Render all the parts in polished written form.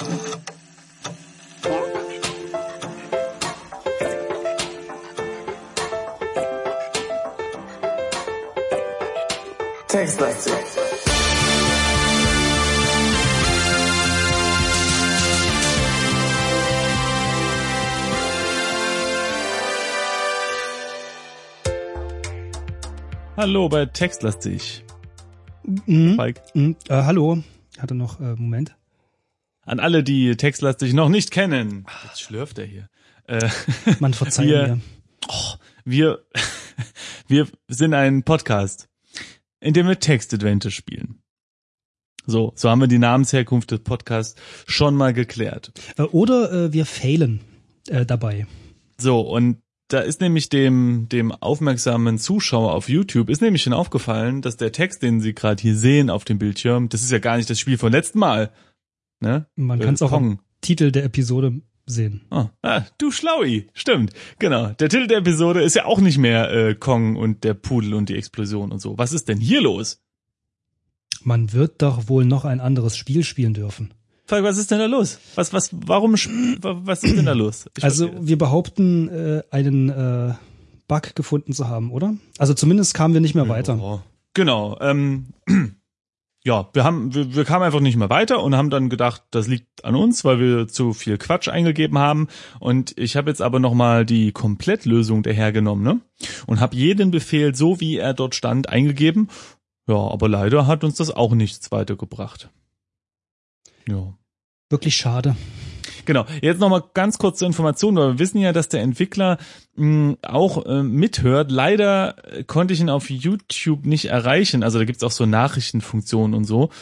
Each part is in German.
Textlastig. Hallo bei Textlastig. Hallo. Hatte noch Moment. An alle, die Textlastig noch nicht kennen. Jetzt schlürft er hier. Man verzeiht mir. Wir sind ein Podcast, in dem wir Text-Adventure spielen. So haben wir die Namensherkunft des Podcasts schon mal geklärt. Oder wir failen dabei. So, und da ist nämlich dem aufmerksamen Zuschauer auf YouTube ist nämlich schon aufgefallen, dass der Text, den Sie gerade hier sehen auf dem Bildschirm, das ist ja gar nicht das Spiel von letztem Mal. Ne? Man kann es auch am Titel der Episode sehen. Du Schlaui, stimmt, genau. Der Titel der Episode ist ja auch nicht mehr Kong und der Pudel und die Explosion und so. Was ist denn hier los? Man wird doch wohl noch ein anderes Spiel spielen dürfen. Was ist denn da los? Was ist denn da los? Wir behaupten, einen Bug gefunden zu haben, oder? Also zumindest kamen wir nicht mehr weiter. Genau. Ja, wir kamen einfach nicht mehr weiter und haben dann gedacht, das liegt an uns, weil wir zu viel Quatsch eingegeben haben. Und ich habe jetzt aber nochmal die Komplettlösung dahergenommen, ne? Und habe jeden Befehl, so wie er dort stand, eingegeben. Ja, aber leider hat uns das auch nichts weitergebracht. Ja. Wirklich schade. Genau, jetzt nochmal ganz kurz zur Information, weil wir wissen ja, dass der Entwickler auch mithört. Leider konnte ich ihn auf YouTube nicht erreichen, also da gibt's auch so Nachrichtenfunktionen und so.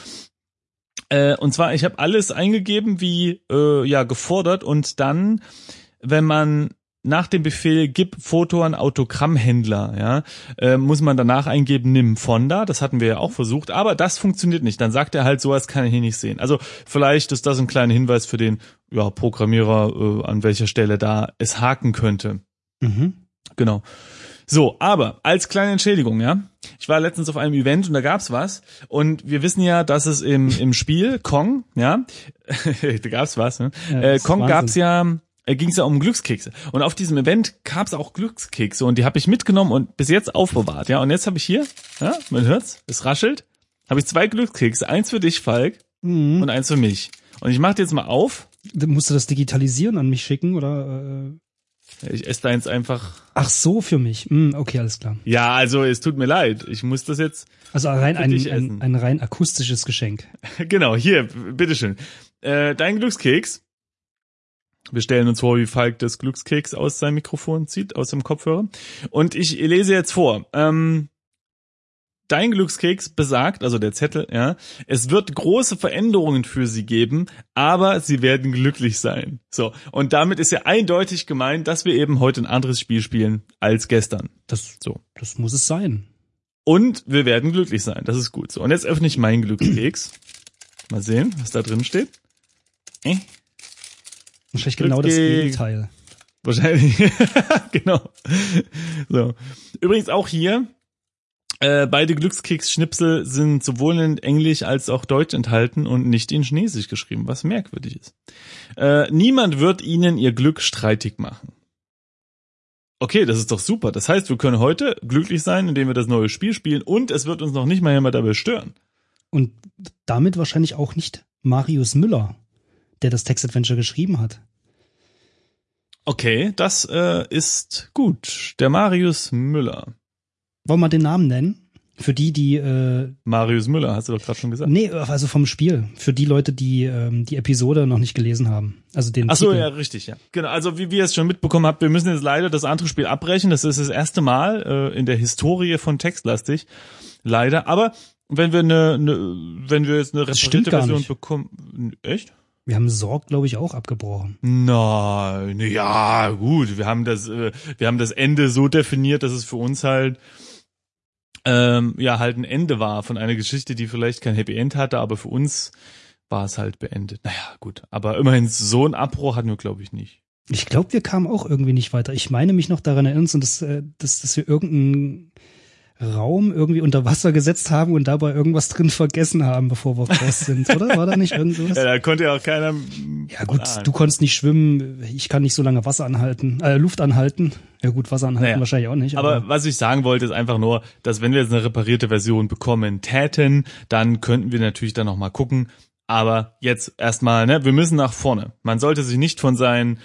Und zwar, ich habe alles eingegeben wie gefordert und dann, wenn man nach dem Befehl gib Foto an Autogrammhändler, ja, muss man danach eingeben, nimm Fonda. Das hatten wir ja auch versucht, aber das funktioniert nicht. Dann sagt er halt, sowas kann ich hier nicht sehen. Also vielleicht ist das ein kleiner Hinweis für den Programmierer, an welcher Stelle da es haken könnte. Mhm. Genau. So, aber als kleine Entschädigung, ja. Ich war letztens auf einem Event und da gab's was und wir wissen ja, dass es im Spiel Kong, ja, da gab's was, ne? Kong gab's ja. Ging es ja um Glückskekse. Und auf diesem Event gab es auch Glückskekse und die habe ich mitgenommen und bis jetzt aufbewahrt. Ja, und jetzt habe ich hier, ja, man hört's, es raschelt, habe ich 2 Glückskekse, eins für dich, Falk, und eins für mich. Und ich mache dir jetzt mal auf. Musst du das digitalisieren an mich schicken oder? Ich esse deins einfach. Ach so, für mich. Okay, alles klar. Ja, also es tut mir leid, ich muss das jetzt. Also rein ein rein akustisches Geschenk. Genau, hier, bitteschön. Dein Glückskeks. Wir stellen uns vor, wie Falk das Glückskeks aus seinem Mikrofon zieht, aus dem Kopfhörer. Und ich lese jetzt vor. Dein Glückskeks besagt, also der Zettel, ja, es wird große Veränderungen für sie geben, aber sie werden glücklich sein. So. Und damit ist ja eindeutig gemeint, dass wir eben heute ein anderes Spiel spielen als gestern. Das muss es sein. Und wir werden glücklich sein. Das ist gut. So. Und jetzt öffne ich meinen Glückskeks. Mal sehen, was da drin steht. Wahrscheinlich genau das Gegenteil. Wahrscheinlich, genau. So. Übrigens auch hier, beide Glückskeks-Schnipsel sind sowohl in Englisch als auch Deutsch enthalten und nicht in Chinesisch geschrieben, was merkwürdig ist. Niemand wird ihnen ihr Glück streitig machen. Okay, das ist doch super. Das heißt, wir können heute glücklich sein, indem wir das neue Spiel spielen und es wird uns noch nicht mal jemand dabei stören. Und damit wahrscheinlich auch nicht Marius Müller, der das Text-Adventure geschrieben hat. Okay, das ist gut. Der Marius Müller. Wollen wir den Namen nennen? Für die Marius Müller, hast du doch gerade schon gesagt. Nee, also vom Spiel. Für die Leute, die die Episode noch nicht gelesen haben. Also den Ach so, Titel. Ja, richtig, ja. Genau, also wie ihr es schon mitbekommen habt, wir müssen jetzt leider das andere Spiel abbrechen. Das ist das erste Mal in der Historie von Textlastig. Leider, aber wenn wir jetzt eine reparierte Version bekommen. Echt? Wir haben Sorg, glaube ich, auch abgebrochen. Nein, ja, gut. Wir haben das Ende so definiert, dass es für uns halt halt ein Ende war von einer Geschichte, die vielleicht kein Happy End hatte, aber für uns war es halt beendet. Naja, gut. Aber immerhin so einen Abbruch hatten wir, glaube ich, nicht. Ich glaube, wir kamen auch irgendwie nicht weiter. Ich meine mich noch daran erinnern, dass wir irgendeinen Raum irgendwie unter Wasser gesetzt haben und dabei irgendwas drin vergessen haben, bevor wir raus sind, oder? War da nicht irgendwas? Ja, da konnte ja auch keiner Ja gut, du konntest nicht schwimmen, ich kann nicht so lange Luft anhalten. Ja gut, Wasser anhalten wahrscheinlich auch nicht. Aber was ich sagen wollte, ist einfach nur, dass wenn wir jetzt eine reparierte Version bekommen täten, dann könnten wir natürlich dann nochmal gucken. Aber jetzt erstmal, ne, wir müssen nach vorne. Man sollte sich nicht von seinen,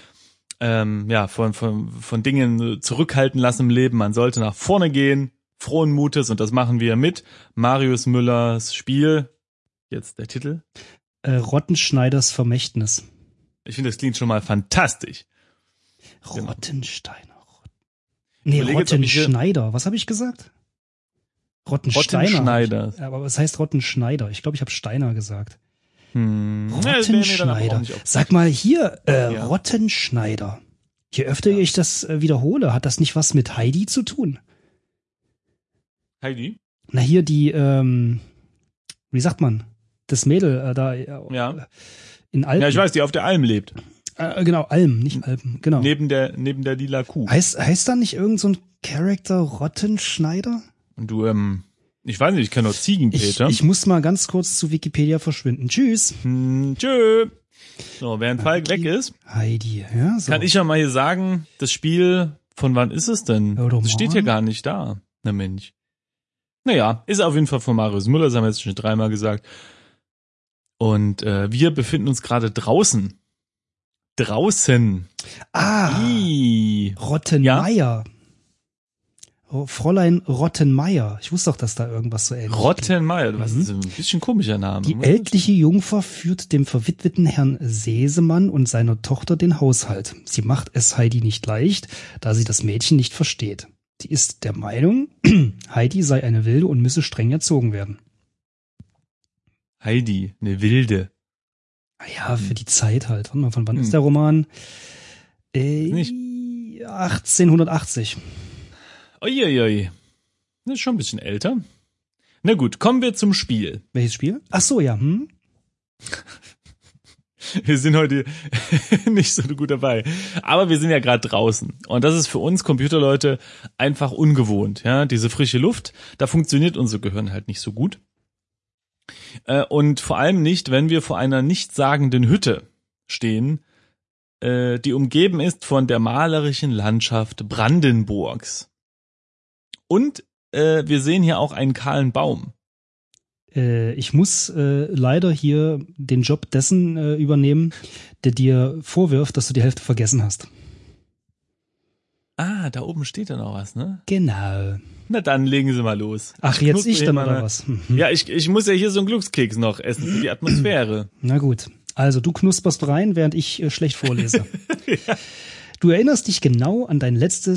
von Dingen zurückhalten lassen im Leben. Man sollte nach vorne gehen, frohen Mutes, und das machen wir mit Marius Müllers Spiel. Jetzt der Titel. Rottenschneiders Vermächtnis. Ich finde, das klingt schon mal fantastisch. Rottensteiner. Rottenschneider. Was habe ich gesagt? Rottenschneider. Aber was heißt Rottenschneider? Ich glaube, ich habe Steiner gesagt. Rottenschneider. Sag mal hier, Rottenschneider. Je öfter ich das wiederhole, hat das nicht was mit Heidi zu tun? Heidi? Na hier die, wie sagt man? Das Mädel da in Alpen. Ja, ich weiß, die auf der Alm lebt. Genau, Alm, nicht Alpen, genau. Neben der lila Kuh. Heißt da nicht irgend so ein Charakter Rottenschneider? Und du, ich weiß nicht, ich kenne nur Ziegenpeter. Ich muss mal ganz kurz zu Wikipedia verschwinden. Tschüss. Tschö. So, während Falk weg ist, Heidi, ja, so. Kann ich ja mal hier sagen, das Spiel, von wann ist es denn? Das steht hier gar nicht da. Na Mensch. Naja, ist auf jeden Fall von Marius Müller, das haben wir jetzt schon 3-mal gesagt. Und wir befinden uns gerade draußen. Rottenmeier. Ja? Fräulein Rottenmeier. Ich wusste doch, dass da irgendwas so ähnlich ist. Rottenmeier, das ist ein bisschen komischer Name. Die ältliche Jungfer führt dem verwitweten Herrn Sesemann und seiner Tochter den Haushalt. Sie macht es Heidi nicht leicht, da sie das Mädchen nicht versteht. Sie ist der Meinung, Heidi sei eine Wilde und müsse streng erzogen werden. Heidi, eine Wilde. Ja, für die Zeit halt. Warte mal, von wann ist der Roman? 1880. Uiuiui. Das ist schon ein bisschen älter. Na gut, kommen wir zum Spiel. Welches Spiel? Ach so, ja. Wir sind heute nicht so gut dabei. Aber wir sind ja gerade draußen. Und das ist für uns Computerleute einfach ungewohnt. Ja, diese frische Luft, da funktioniert unser Gehirn halt nicht so gut. Und vor allem nicht, wenn wir vor einer nichtssagenden Hütte stehen, die umgeben ist von der malerischen Landschaft Brandenburgs. Und wir sehen hier auch einen kahlen Baum. Ich muss leider hier den Job dessen übernehmen, der dir vorwirft, dass du die Hälfte vergessen hast. Ah, da oben steht ja noch was, ne? Genau. Na dann legen Sie mal los. Ach, jetzt ich dann oder was? Ja, ich muss ja hier so einen Glückskeks noch essen für die Atmosphäre. Na gut. Also du knusperst rein, während ich schlecht vorlese. Ja. Du erinnerst dich genau an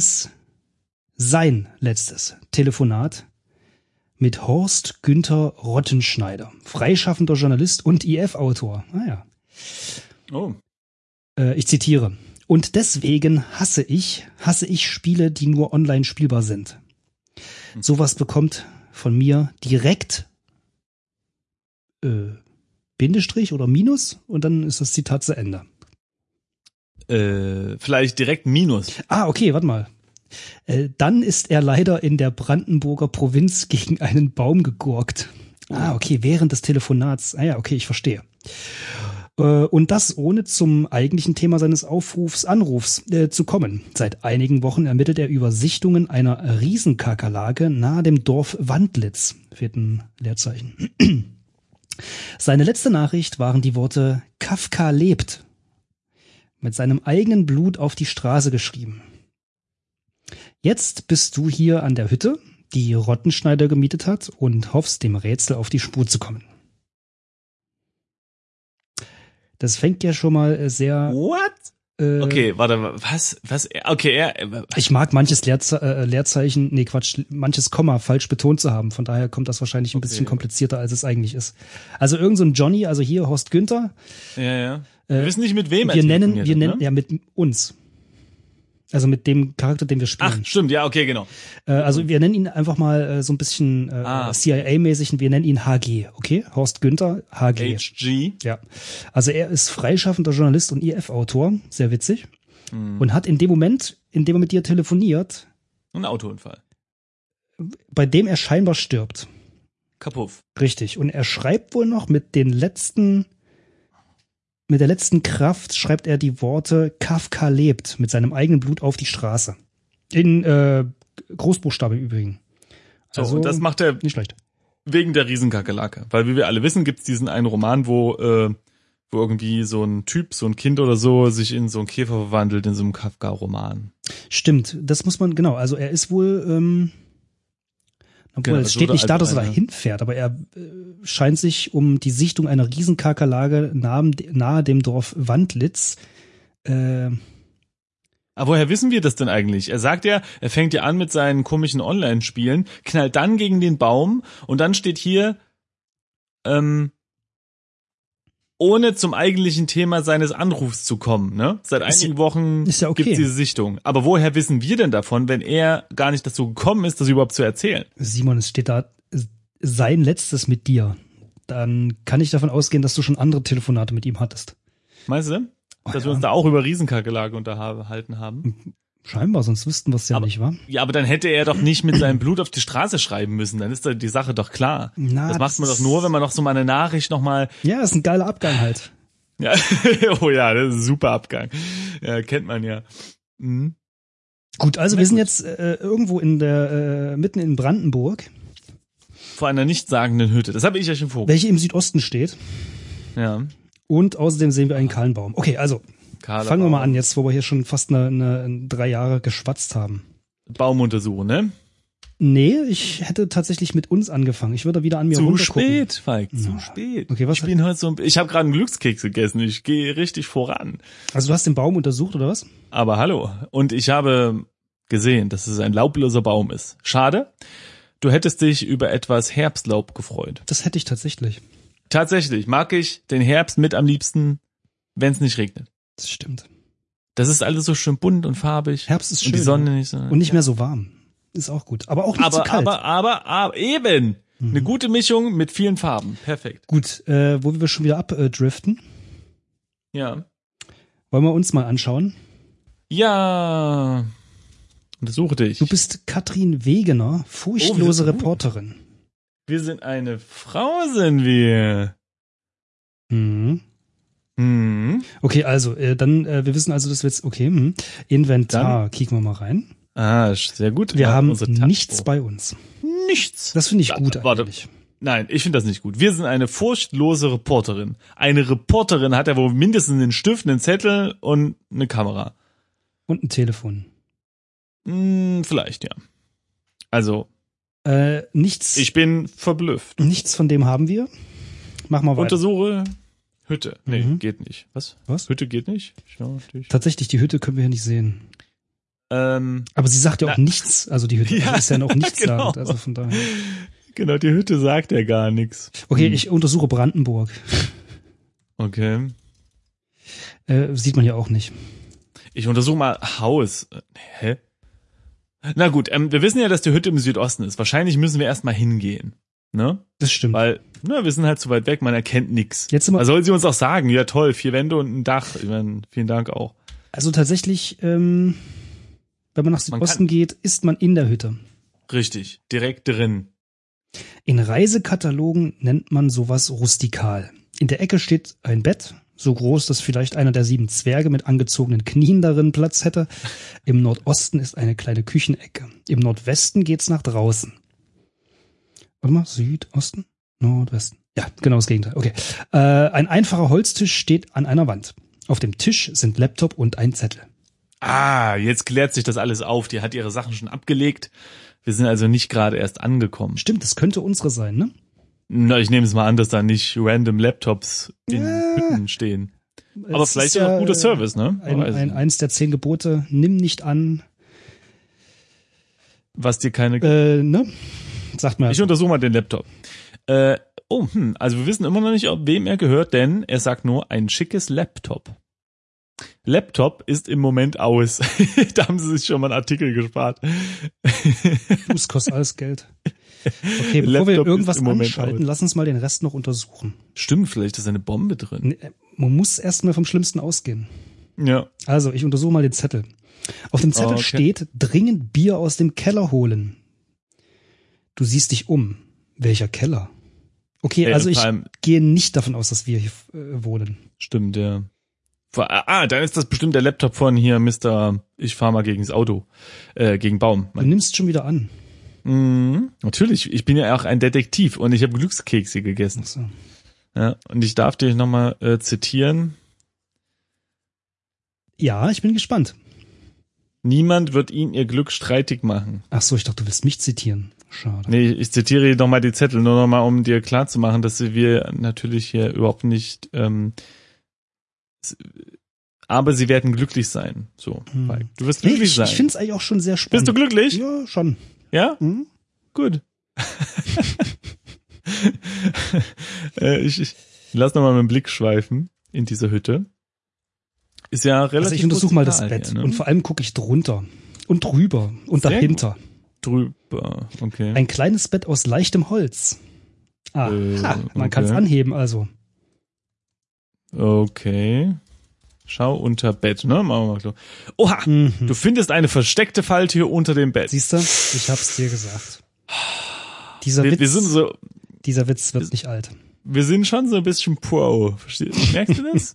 sein letztes Telefonat mit Horst Günther Rottenschneider, freischaffender Journalist und IF-Autor. Naja. Oh. Ich zitiere. Und deswegen hasse ich Spiele, die nur online spielbar sind. Sowas bekommt von mir direkt Bindestrich oder Minus und dann ist das Zitat zu Ende. Vielleicht direkt Minus. Ah, okay, warte mal. Dann ist er leider in der Brandenburger Provinz gegen einen Baum gegurkt. Ah, okay, während des Telefonats. Ah ja, okay, ich verstehe. Und das ohne zum eigentlichen Thema seines Anrufs zu kommen. Seit einigen Wochen ermittelt er über Sichtungen einer Riesenkakerlake nahe dem Dorf Wandlitz. Fehlt ein Leerzeichen. Seine letzte Nachricht waren die Worte Kafka lebt. Mit seinem eigenen Blut auf die Straße geschrieben. Jetzt bist du hier an der Hütte, die Rottenschneider gemietet hat, und hoffst, dem Rätsel auf die Spur zu kommen. Das fängt ja schon mal sehr... What? Okay, warte, was? Okay, ich mag manches Leerzeichen, manches Komma falsch betont zu haben. Von daher kommt das wahrscheinlich ein bisschen komplizierter, als es eigentlich ist. Also irgend so ein Johnny, also hier Horst Günther. Ja. Wir wissen nicht, mit wem wir nennen, ja, mit uns. Also mit dem Charakter, den wir spielen. Ach, stimmt, ja, okay, genau. Also wir nennen ihn einfach mal so ein bisschen CIA-mäßig und wir nennen ihn HG, okay? Horst Günther, HG. HG. Ja. Also er ist freischaffender Journalist und IF-Autor, sehr witzig. Und hat in dem Moment, in dem er mit dir telefoniert... Ein Autounfall. Bei dem er scheinbar stirbt. Kapuff. Richtig. Und er schreibt wohl noch mit den letzten Mit der letzten Kraft schreibt er die Worte Kafka lebt mit seinem eigenen Blut auf die Straße. In Großbuchstabe im Übrigen. So, und das macht er nicht schlecht. Wegen der Riesenkakerlake. Weil, wie wir alle wissen, gibt's diesen einen Roman, wo irgendwie so ein Typ, so ein Kind oder so, sich in so einen Käfer verwandelt in so einem Kafka-Roman. Stimmt, das muss man, genau, also er ist wohl, obwohl, es steht nicht da, dass er da hinfährt, aber er scheint sich um die Sichtung einer Riesenkakerlake nahe dem Dorf Wandlitz. Aber woher wissen wir das denn eigentlich? Er sagt ja, er fängt ja an mit seinen komischen Online-Spielen, knallt dann gegen den Baum und dann steht hier, ohne zum eigentlichen Thema seines Anrufs zu kommen, ne? Seit einigen Wochen ist ja okay. gibt's diese Sichtung. Aber woher wissen wir denn davon, wenn er gar nicht dazu gekommen ist, das überhaupt zu erzählen? Simon, es steht da, sein letztes mit dir. Dann kann ich davon ausgehen, dass du schon andere Telefonate mit ihm hattest. Meinst du? Dass wir uns da auch über Riesenkakerlake unterhalten haben? Scheinbar, sonst wüssten wir es ja nicht, wa? Ja, aber dann hätte er doch nicht mit seinem Blut auf die Straße schreiben müssen. Dann ist da die Sache doch klar. Das macht man doch nur, wenn man noch so mal eine Nachricht noch mal... Ja, ist ein geiler Abgang halt. Ja, oh ja, das ist ein super Abgang. Ja, kennt man ja. Mhm. Gut, also wir sind jetzt irgendwo in der mitten in Brandenburg. Vor einer nichtssagenden Hütte. Das habe ich ja schon vorgestellt. Welche im Südosten steht. Ja. Und außerdem sehen wir einen kahlen Baum. Okay, also fangen wir mal an jetzt, wo wir hier schon fast eine 3 Jahre geschwatzt haben. Baum untersuchen, ne? Nee, ich hätte tatsächlich mit uns angefangen. Ich würde wieder an mir runtergucken. Zu spät, Falk, zu spät. Okay, was? Ich habe gerade einen Glückskeks gegessen. Ich gehe richtig voran. Also du hast den Baum untersucht, oder was? Aber hallo. Und ich habe gesehen, dass es ein laubloser Baum ist. Schade. Du hättest dich über etwas Herbstlaub gefreut. Das hätte ich tatsächlich. Tatsächlich mag ich den Herbst mit am liebsten, wenn es nicht regnet. Das stimmt. Das ist alles so schön bunt und farbig. Herbst ist schön. Und die Sonne nicht so. Und nicht mehr so warm. Ist auch gut. Aber auch nicht zu kalt. Aber eben. Eine gute Mischung mit vielen Farben. Perfekt. Gut, wo wir schon wieder abdriften. Ja. Wollen wir uns mal anschauen? Ja. Untersuche dich. Du bist Katrin Wegener, furchtlose Reporterin. Wir sind eine Frau, sind wir. Mhm. Mhm. Okay, also, dann, wir wissen also, dass wir jetzt, okay, Inventar, dann kicken wir mal rein. Ah, sehr gut. Wir haben nichts bei uns. Nichts. Das finde ich gut eigentlich. Nein, ich finde das nicht gut. Wir sind eine furchtlose Reporterin. Eine Reporterin hat ja wohl mindestens einen Stift, einen Zettel und eine Kamera. Und ein Telefon. Vielleicht, ja. Also. Nichts. Ich bin verblüfft. Nichts von dem haben wir. Mach mal weiter. Untersuche Hütte. Nee, geht nicht. Was? Hütte geht nicht? Tatsächlich, die Hütte können wir hier nicht sehen. Aber sie sagt ja auch nichts. Also die Hütte ist ja noch nichts genau. sagt. Also von daher. Genau, die Hütte sagt ja gar nichts. Okay, ich untersuche Brandenburg. Okay. Sieht man ja auch nicht. Ich untersuche mal Haus. Hä? Na gut, wir wissen ja, dass die Hütte im Südosten ist. Wahrscheinlich müssen wir erstmal hingehen. Ne? Das stimmt. Weil, wir sind halt zu weit weg, man erkennt nichts. Jetzt da soll sie uns auch sagen, ja toll, 4 Wände und ein Dach. Ich meine, vielen Dank auch. Also tatsächlich, wenn man nach Südosten geht, ist man in der Hütte. Richtig, direkt drin. In Reisekatalogen nennt man sowas rustikal. In der Ecke steht ein Bett, so groß, dass vielleicht einer der 7 Zwerge mit angezogenen Knien darin Platz hätte. Im Nordosten ist eine kleine Küchenecke. Im Nordwesten geht's nach draußen. Warte mal, Südosten? Nordwesten. Ja, genau das Gegenteil. Okay. Ein einfacher Holztisch steht an einer Wand. Auf dem Tisch sind Laptop und ein Zettel. Ah, jetzt klärt sich das alles auf. Die hat ihre Sachen schon abgelegt. Wir sind also nicht gerade erst angekommen. Stimmt, das könnte unsere sein, ne? Na, ich nehme es mal an, dass da nicht random Laptops in Hütten stehen. Aber vielleicht ist auch guter Service, ne? Eins der 10 Gebote, nimm nicht an. Was dir keine... ne? Sagt mal. Ich untersuche mal den Laptop. Also wir wissen immer noch nicht, wem er gehört, denn er sagt nur ein schickes Laptop. Laptop ist im Moment aus. Da haben sie sich schon mal einen Artikel gespart. Das kostet alles Geld. Okay, bevor wir irgendwas anschalten, lass uns mal den Rest noch untersuchen. Stimmt, vielleicht ist eine Bombe drin. Man muss erst mal vom Schlimmsten ausgehen. Ja. Also, ich untersuche mal den Zettel. Auf dem Zettel steht, dringend Bier aus dem Keller holen. Du siehst dich um. Welcher Keller? Okay, also ich vor allem- gehe nicht davon aus, dass wir hier wohnen. Stimmt, ja. Dann ist das bestimmt der Laptop von hier, Mr. Ich fahr mal gegens Auto, gegen Baum. Du nimmst schon wieder an. Natürlich, ich bin ja auch ein Detektiv und ich habe Glückskekse gegessen. Ach so. Ja, und ich darf dich nochmal zitieren. Ja, ich bin gespannt. Niemand wird ihnen ihr Glück streitig machen. Ach so, ich dachte, du willst mich zitieren. Schade. Nee, ich zitiere nochmal die Zettel, nur nochmal, um dir klarzumachen, dass wir natürlich hier überhaupt nicht, aber sie werden glücklich sein. So, Mike. Du wirst glücklich sein. Ich finde es eigentlich auch schon sehr spannend. Bist du glücklich? Ja, schon. Ja? Mhm. Gut. Ich lass nochmal meinen Blick schweifen in diese Hütte. Ist ja relativ. Also ich untersuche mal das rustikal Bett hier, ne? und vor allem gucke ich drunter und drüber und Sehr dahinter. Drüber, okay. Ein kleines Bett aus leichtem Holz. Aha, man okay. kann es anheben also. Okay. Schau unter Bett, ne? Machen wir mal klar. Oha! Du findest eine versteckte Falltür unter dem Bett. Siehst du? Ich hab's dir gesagt. Dieser Wir sind Witz wird nicht alt. wir sind schon so ein bisschen pro. Verstehst du? Merkst du das?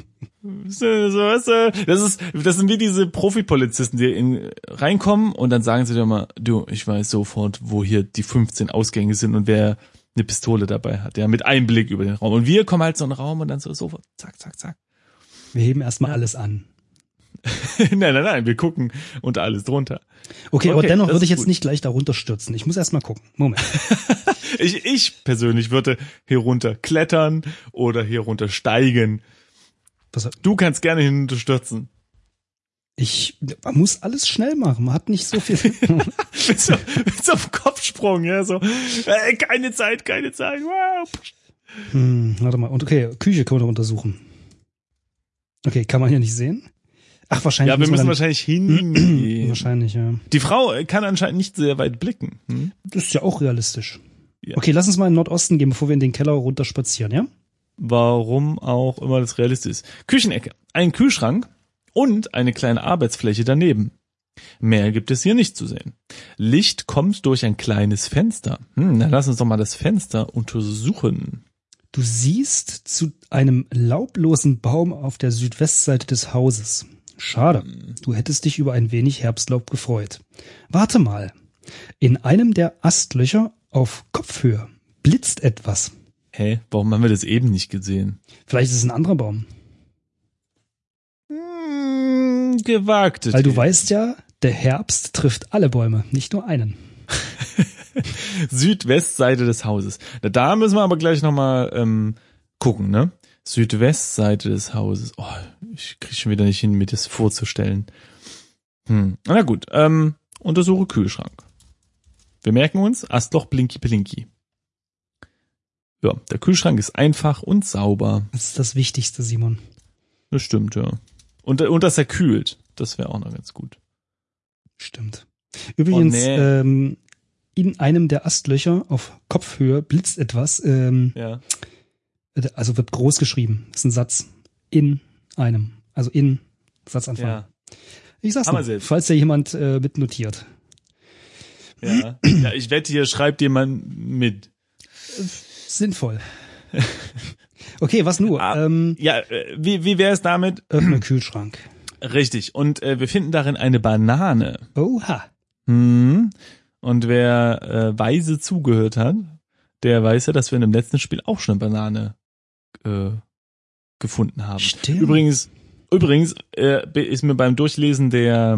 Das sind wie diese Profipolizisten, die reinkommen und dann sagen sie dir mal, du, ich weiß sofort, wo hier die 15 Ausgänge sind und wer eine Pistole dabei hat, ja, mit Einblick über den Raum. Und wir kommen halt so in den Raum und dann sofort, zack, zack, zack. Wir heben erstmal alles an. Nein, wir gucken unter alles drunter. Okay, aber dennoch das würde ich ist jetzt gut. nicht gleich darunter stürzen. Ich muss erstmal gucken. Moment. Ich persönlich würde hier runter klettern oder hier runter steigen. Du kannst gerne hinunterstürzen. Man muss alles schnell machen. Man hat nicht so viel. Mit so einem Kopfsprung, ja, so. Keine Zeit. Wow. Warte mal. Und okay, Küche können wir noch untersuchen. Okay, kann man hier nicht sehen? Ach, wahrscheinlich. Ja, wir müssen dann, wahrscheinlich hingehen. Wahrscheinlich, ja. Die Frau kann anscheinend nicht sehr weit blicken. Das ist ja auch realistisch. Ja. Okay, lass uns mal in den Nordosten gehen, bevor wir in den Keller runter spazieren, ja? Warum auch immer das realistisch ist. Küchenecke, ein Kühlschrank und eine kleine Arbeitsfläche daneben. Mehr gibt es hier nicht zu sehen. Licht kommt durch ein kleines Fenster. Dann lass uns doch mal das Fenster untersuchen. Du siehst zu einem laublosen Baum auf der Südwestseite des Hauses. Schade, du hättest dich über ein wenig Herbstlaub gefreut. Warte mal. In einem der Astlöcher auf Kopfhöhe blitzt etwas. Hä, warum haben wir das eben nicht gesehen? Vielleicht ist es ein anderer Baum. Gewagte. Weil du These. weißt ja, der Herbst trifft alle Bäume, nicht nur einen. Südwestseite des Hauses. Da müssen wir aber gleich nochmal gucken, ne? Südwestseite des Hauses. Oh, ich krieg schon wieder nicht hin, mir das vorzustellen. Na gut, untersuche Kühlschrank. Wir merken uns, Astloch Blinky Blinky. Ja, der Kühlschrank ist einfach und sauber. Das ist das Wichtigste, Simon. Das stimmt, ja. Und dass er kühlt, das wäre auch noch ganz gut. Stimmt. Übrigens, Oh, nee. In einem der Astlöcher auf Kopfhöhe blitzt etwas. Ja. Also wird groß geschrieben. Das ist ein Satz. In einem. Also in Satzanfang. Ja. Ich sag's Hammer mal, selbst. falls da jemand mitnotiert. Ja. Ja, ich wette, hier schreibt jemand mit. Sinnvoll. Okay, was nur? Ja, wie wäre es damit? Öffne Kühlschrank. Richtig. Und wir finden darin eine Banane. Oha. Und wer weise zugehört hat, der weiß ja, dass wir in dem letzten Spiel auch schon eine Banane gefunden haben. Stimmt. Übrigens ist mir beim Durchlesen der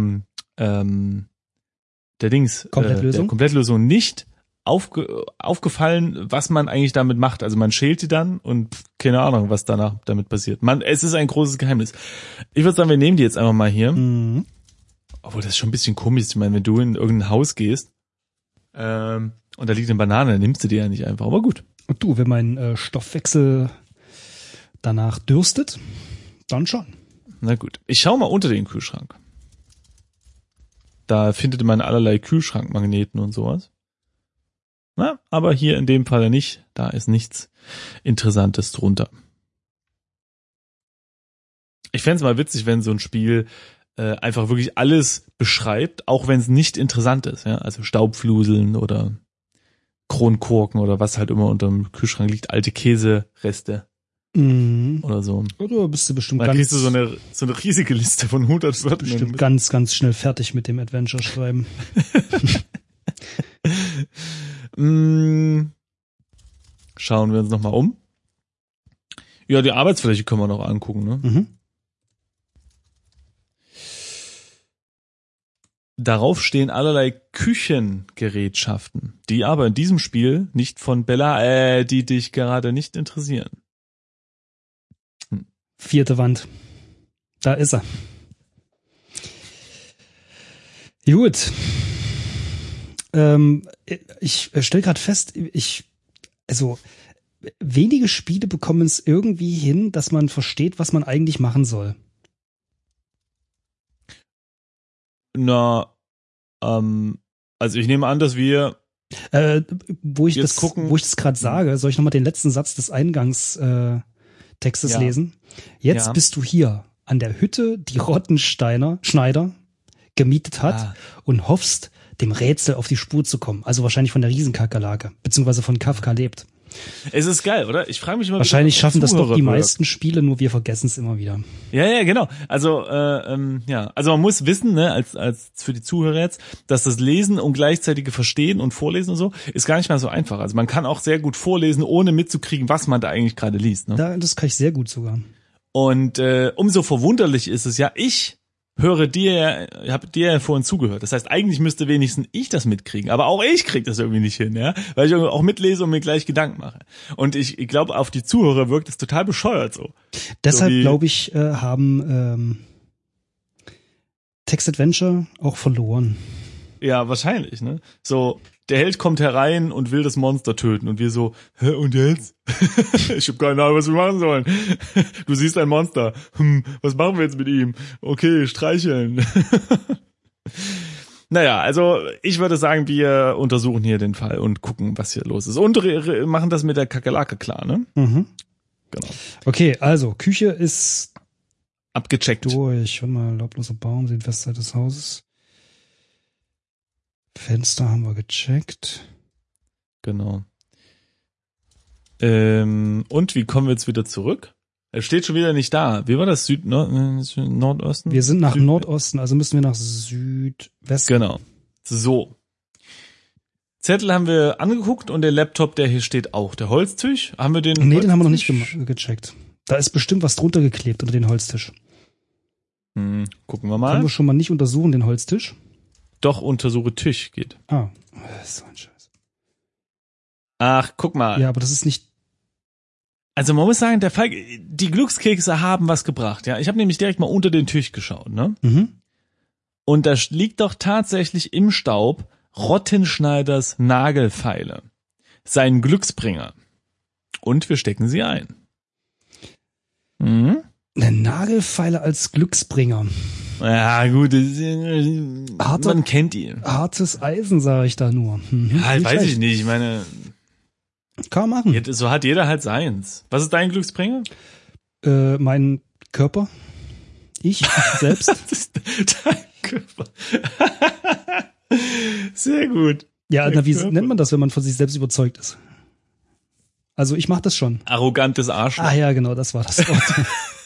Komplettlösung? der Komplettlösung nicht aufgefallen, was man eigentlich damit macht. Also man schält die dann und keine Ahnung, was danach damit passiert. Es ist ein großes Geheimnis. Ich würde sagen, wir nehmen die jetzt einfach mal hier. Obwohl, das ist schon ein bisschen komisch. Ich meine, wenn du in irgendein Haus gehst und da liegt eine Banane, dann nimmst du die ja nicht einfach. Aber gut. Und du, wenn mein Stoffwechsel danach dürstet, dann schon. Na gut. Ich schau mal unter den Kühlschrank. Da findet man allerlei Kühlschrankmagneten und sowas. Na, aber hier in dem Fall nicht. Da ist nichts Interessantes drunter. Ich fänd's mal witzig, wenn so ein Spiel einfach wirklich alles beschreibt, auch wenn es nicht interessant ist. Ja? Also Staubfluseln oder Kronkorken oder was halt immer unterm Kühlschrank liegt, alte Käsereste oder so. Oder bist du bestimmt Dann kriegst du so eine riesige Liste von 100 Wörtern. Bestimmt ganz, ganz schnell fertig mit dem Adventure schreiben. Schauen wir uns nochmal um. Ja, die Arbeitsfläche können wir noch angucken, ne? Darauf stehen allerlei Küchengerätschaften, die aber in diesem Spiel nicht von Bella, die dich gerade nicht interessieren. 4. Wand. Da ist er. Gut. Ich stelle gerade fest, wenige Spiele bekommen es irgendwie hin, dass man versteht, was man eigentlich machen soll. Na, also ich nehme an, dass wir wo ich das gerade sage, soll ich nochmal den letzten Satz des Eingangstextes lesen? Jetzt bist du hier an der Hütte, die Rottenschneider gemietet hat und hoffst, dem Rätsel auf die Spur zu kommen. Also wahrscheinlich von der Riesenkakerlake, beziehungsweise von Kafka lebt. Es ist geil, oder? Ich frage mich immer. Wahrscheinlich schaffen das doch die meisten Spiele, nur wir vergessen es immer wieder. Ja, genau. Also, also man muss wissen, ne, als für die Zuhörer jetzt, dass das Lesen und gleichzeitige Verstehen und Vorlesen und so ist gar nicht mal so einfach. Also man kann auch sehr gut vorlesen, ohne mitzukriegen, was man da eigentlich gerade liest. Ne? Das kann ich sehr gut sogar. Und umso verwunderlich ist es ja, ich habe dir ja vorhin zugehört. Das heißt, eigentlich müsste wenigstens ich das mitkriegen. Aber auch ich krieg das irgendwie nicht hin, ja, weil ich auch mitlese und mir gleich Gedanken mache. Und ich glaube, auf die Zuhörer wirkt es total bescheuert so. Deshalb, glaube ich, haben Text-Adventure auch verloren. Ja, wahrscheinlich, ne? So, der Held kommt herein und will das Monster töten und wir so, hä, und jetzt? Ich hab keine Ahnung, was wir machen sollen. Du siehst ein Monster. Was machen wir jetzt mit ihm? Okay, streicheln. Naja, also ich würde sagen, wir untersuchen hier den Fall und gucken, was hier los ist. Und machen das mit der Kakerlake klar, ne? Mhm. Genau. Okay, also Küche ist abgecheckt. Durch. Warte mal, laubloser Baum, Südwestseite des Hauses. Fenster haben wir gecheckt. Genau. Und wie kommen wir jetzt wieder zurück? Er steht schon wieder nicht da. Wie war das? Nordosten? Wir sind nach Nordosten, also müssen wir nach Südwesten. Genau. So. Zettel haben wir angeguckt und der Laptop, der hier steht auch. Der Holztisch, haben wir den? Nee, den haben wir noch nicht gecheckt. Da ist bestimmt was drunter geklebt unter den Holztisch. Gucken wir mal. Können wir schon mal nicht untersuchen, den Holztisch? Doch, untersuche Tisch geht. Ah, so ein Scheiß. Ach, guck mal. Ja, aber das ist nicht. Also man muss sagen, die Glückskekse haben was gebracht. Ja, ich habe nämlich direkt mal unter den Tisch geschaut, ne? Mhm. Und da liegt doch tatsächlich im Staub Rottenschneiders Nagelfeile, sein Glücksbringer. Und wir stecken sie ein. Eine Nagelfeile als Glücksbringer. Ja, gut, man kennt ihn. Hartes Eisen, sage ich da nur. Ja, weiß ich nicht, ich meine. Kann man machen. So hat jeder halt seins. Was ist dein Glücksbringer? Mein Körper. Ich selbst. Das ist dein Körper. Sehr gut. Ja, wie nennt man das, wenn man von sich selbst überzeugt ist? Also ich mache das schon. Arrogantes Arschloch. Ah ja, genau, das war das Wort.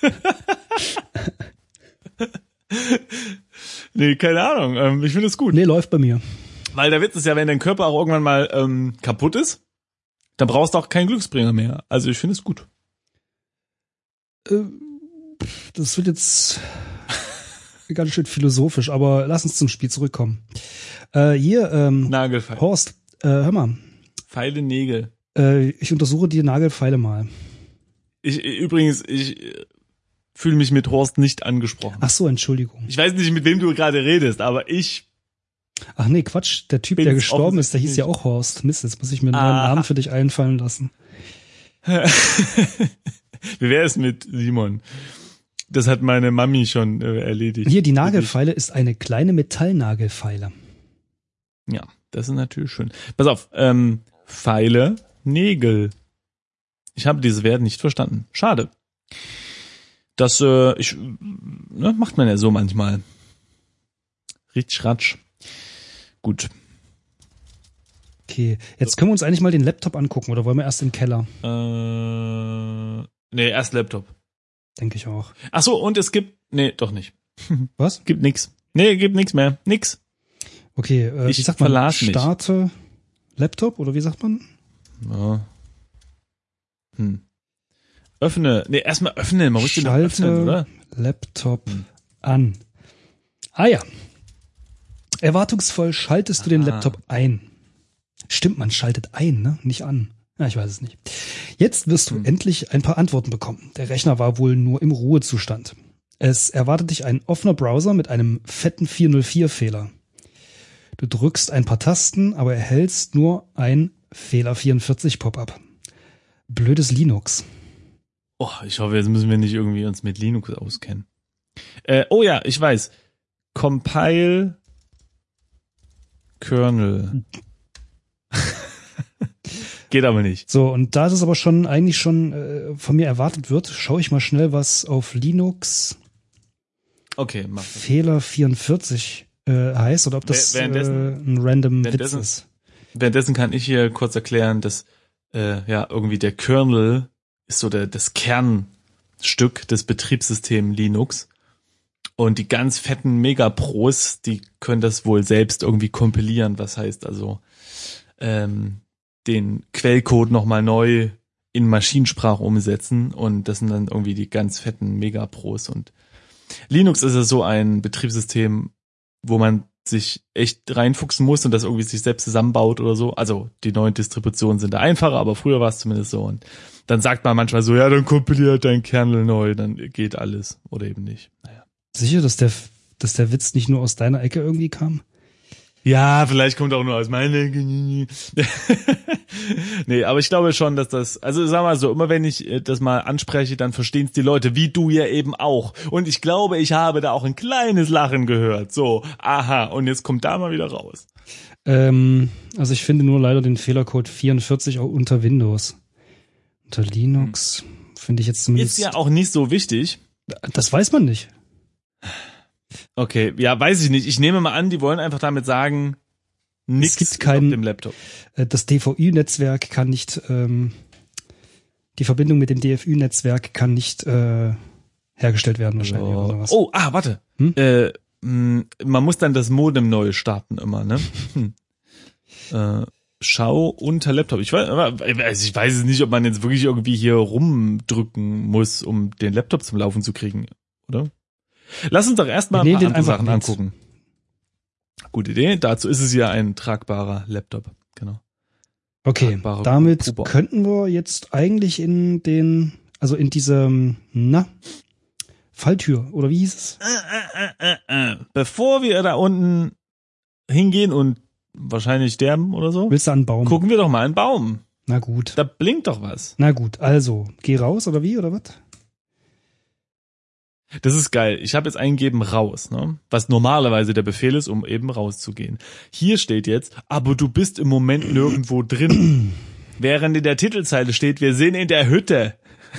Nee, keine Ahnung. Ich finde es gut. Nee, läuft bei mir. Weil der Witz ist ja, wenn dein Körper auch irgendwann mal kaputt ist, dann brauchst du auch keinen Glücksbringer mehr. Also ich finde es gut. Das wird jetzt ganz schön philosophisch, aber lass uns zum Spiel zurückkommen. Nagelfeile. Horst, hör mal. Pfeile, Nägel. Ich untersuche die Nagelfeile mal. Ich fühle mich mit Horst nicht angesprochen. Ach so, Entschuldigung. Ich weiß nicht, mit wem du gerade redest, aber Ach nee, Quatsch, der Typ, der gestorben ist, der hieß ja auch Horst. Mist, jetzt muss ich mir einen neuen Namen für dich einfallen lassen. Wie wäre es mit Simon? Das hat meine Mami schon erledigt. Hier, die Nagelfeile ist eine kleine Metallnagelfeile. Ja, das ist natürlich schön. Pass auf, Pfeile, Nägel. Ich habe dieses Wert nicht verstanden. Schade. Das macht man ja so manchmal. Ritsch, ratsch. Gut. Okay, jetzt können wir uns eigentlich mal den Laptop angucken, oder wollen wir erst im Keller? Nee, erst Laptop. Denke ich auch. Ach so, und es gibt, nee, doch nicht. Was? Gibt nix. Nee, gibt nix mehr. Nix. Okay, Ich wie sagt man? verlas mich. Starte Laptop, oder wie sagt man? Ja. Öffne. Nee, erstmal öffnen. Man muss den doch öffnen, oder? Laptop an. Ah ja. Erwartungsvoll schaltest du den Laptop ein. Stimmt, man schaltet ein, ne? Nicht an. Ja, ich weiß es nicht. Jetzt wirst du endlich ein paar Antworten bekommen. Der Rechner war wohl nur im Ruhezustand. Es erwartet dich ein offener Browser mit einem fetten 404-Fehler. Du drückst ein paar Tasten, aber erhältst nur ein Fehler 44 Pop-up. Blödes Linux. Oh, ich hoffe, jetzt müssen wir nicht irgendwie uns mit Linux auskennen. Oh ja, ich weiß. Compile Kernel. Geht aber nicht. So, und da es aber eigentlich schon von mir erwartet wird, schaue ich mal schnell, was auf Linux Okay, mach das. Fehler 44 heißt oder ob das ein random Witz ist. Währenddessen kann ich hier kurz erklären, dass irgendwie der Kernel ist so das Kernstück des Betriebssystems Linux. Und die ganz fetten Megapros, die können das wohl selbst irgendwie kompilieren, was heißt also den Quellcode nochmal neu in Maschinensprache umsetzen, und das sind dann irgendwie die ganz fetten Megapros. Und Linux ist ja so ein Betriebssystem, wo man sich echt reinfuchsen muss und das irgendwie sich selbst zusammenbaut oder so. Also die neuen Distributionen sind da einfacher, aber früher war es zumindest so. Und dann sagt man manchmal so, ja, dann kompiliert dein Kernel neu, dann geht alles oder eben nicht. Naja. Sicher, dass der Witz nicht nur aus deiner Ecke irgendwie kam? Ja, vielleicht kommt auch nur aus meiner Ecke. Nee, aber ich glaube schon, dass das, also sag mal so, immer wenn ich das mal anspreche, dann verstehen es die Leute, wie du ja eben auch. Und ich glaube, ich habe da auch ein kleines Lachen gehört. So, aha, und jetzt kommt da mal wieder raus. Also ich finde nur leider den Fehlercode 44 auch unter Windows. Unter Linux finde ich jetzt zumindest... Ist ja auch nicht so wichtig. Das weiß man nicht. Okay, ja, weiß ich nicht. Ich nehme mal an, die wollen einfach damit sagen, nichts auf dem Laptop. Das DVI-Netzwerk kann nicht, die Verbindung mit dem DFÜ-Netzwerk kann nicht hergestellt werden wahrscheinlich oder was. Oh, warte. Man muss dann das Modem neu starten immer, ne? Schau unter Laptop. Ich weiß es nicht, ob man jetzt wirklich irgendwie hier rumdrücken muss, um den Laptop zum Laufen zu kriegen, oder? Lass uns doch erstmal ein paar andere Sachen angucken. Gute Idee. Dazu ist es ja ein tragbarer Laptop. Genau. Okay, damit könnten wir jetzt eigentlich in diese, Falltür, oder wie hieß es? Bevor wir da unten hingehen und wahrscheinlich sterben oder so. Willst du einen Baum? Gucken wir doch mal einen Baum. Na gut. Da blinkt doch was. Na gut, also, geh raus oder wie, oder was? Das ist geil. Ich habe jetzt eingegeben raus, ne? Was normalerweise der Befehl ist, um eben rauszugehen. Hier steht jetzt, aber du bist im Moment nirgendwo drin. Während in der Titelzeile steht, wir sind in der Hütte.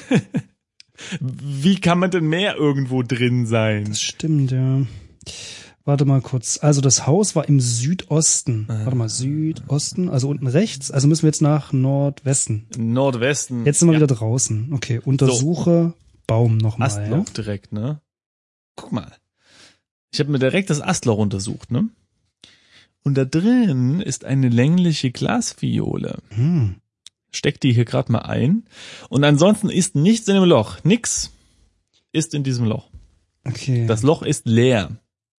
Wie kann man denn mehr irgendwo drin sein? Das stimmt, ja. Warte mal kurz. Also das Haus war im Südosten. Warte mal, Südosten, also unten rechts. Also müssen wir jetzt nach Nordwesten. Nordwesten. Jetzt sind wir wieder draußen. Okay, untersuche Baum nochmal. Astloch direkt, ne? Guck mal. Ich habe mir direkt das Astloch untersucht, ne? Und da drin ist eine längliche Glasfiole. Steck die hier gerade mal ein. Und ansonsten ist nichts in dem Loch. Nix ist in diesem Loch. Okay. Das Loch ist leer.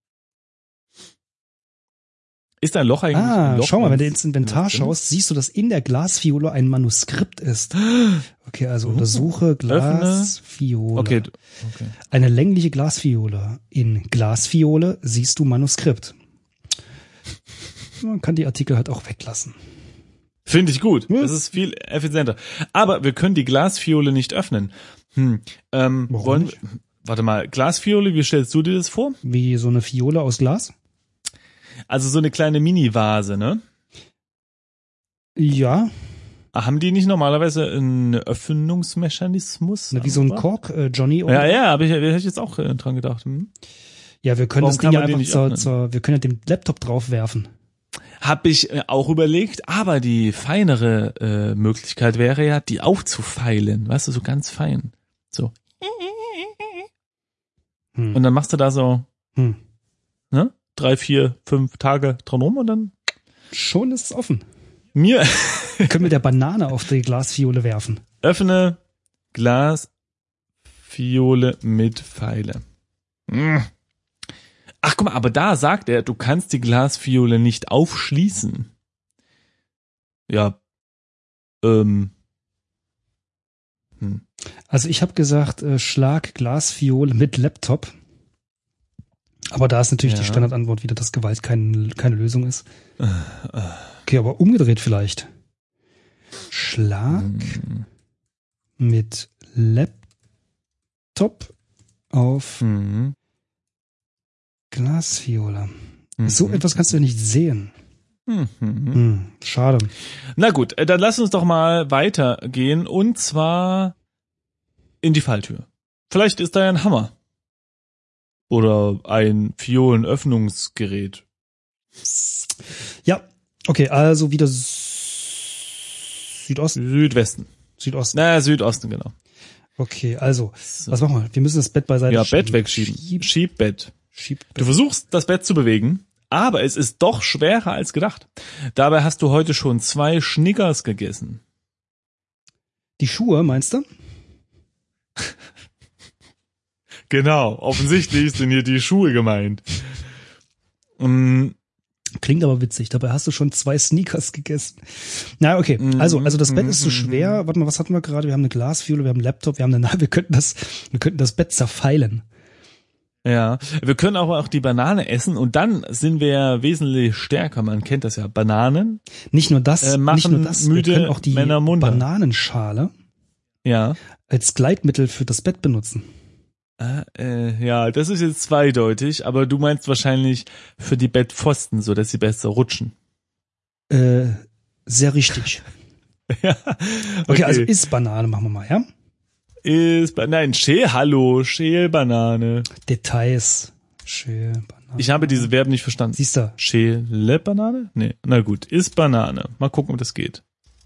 Ist ein Loch eigentlich ein Loch? Schau mal, wenn du ins Inventar schaust, siehst du, dass in der Glasfiole ein Manuskript ist. Okay, also untersuche Glasfiole. Okay. Eine längliche Glasfiole. In Glasfiole siehst du Manuskript. Man kann die Artikel halt auch weglassen. Finde ich gut. Das ist viel effizienter. Aber wir können die Glasfiole nicht öffnen. Warum nicht? Warte mal, Glasfiole, wie stellst du dir das vor? Wie so eine Fiole aus Glas? Also so eine kleine Mini-Vase, ne? Ja. Haben die nicht normalerweise einen Öffnungsmechanismus? Wie so ein Kork, Johnny? Oder? Ja, aber hätte ich jetzt auch dran gedacht. Ja, wir können das Ding ja einfach wir können ja den Laptop draufwerfen. Habe ich auch überlegt, aber die feinere Möglichkeit wäre ja, die aufzufeilen, weißt du, so ganz fein. So. Und dann machst du da so 3, 4, 5 Tage dran rum und dann schon ist es offen. Mir können wir der Banane auf die Glasfiole werfen. Öffne Glasfiole mit Pfeile. Ach, guck mal, aber da sagt er, du kannst die Glasfiole nicht aufschließen. Ja. Also ich habe gesagt, Schlag Glasfiole mit Laptop. Aber da ist natürlich die Standardantwort wieder, dass Gewalt keine Lösung ist. Okay, aber umgedreht vielleicht. Schlag mit Laptop auf Glasfiole. So etwas kannst du ja nicht sehen. Schade. Na gut, dann lass uns doch mal weitergehen und zwar in die Falltür. Vielleicht ist da ja ein Hammer. Oder ein Fiolenöffnungsgerät. Ja, okay, also wieder Südosten. Südosten. Naja, Südosten, genau. Okay, also, was machen wir? Wir müssen das Bett beiseite schieben. Ja, Bett wegschieben. Schieb Bett. Du versuchst, das Bett zu bewegen, aber es ist doch schwerer als gedacht. Dabei hast du heute schon 2 Snickers gegessen. Die Schuhe, meinst du? Genau, offensichtlich sind hier die Schuhe gemeint. Klingt aber witzig, dabei hast du schon 2 Sneakers gegessen. Na, okay, also das Bett ist zu schwer. Warte mal, was hatten wir gerade? Wir haben eine Glasfiole, wir haben einen Laptop, wir könnten das Bett zerfeilen. Ja, wir können auch die Banane essen und dann sind wir ja wesentlich stärker. Man kennt das ja, Bananen. Nicht nur das, wir können auch die Bananenschale als Gleitmittel für das Bett benutzen. Ja, das ist jetzt zweideutig, aber du meinst wahrscheinlich für die Bettpfosten, so dass sie besser rutschen. Sehr richtig. Ja, okay, also Banane machen wir mal, ja? Schälbanane. Details. Schälbanane. Ich habe diese Verben nicht verstanden. Siehst du? Schälbanane? Nee, na gut, ist Banane. Mal gucken, ob das geht.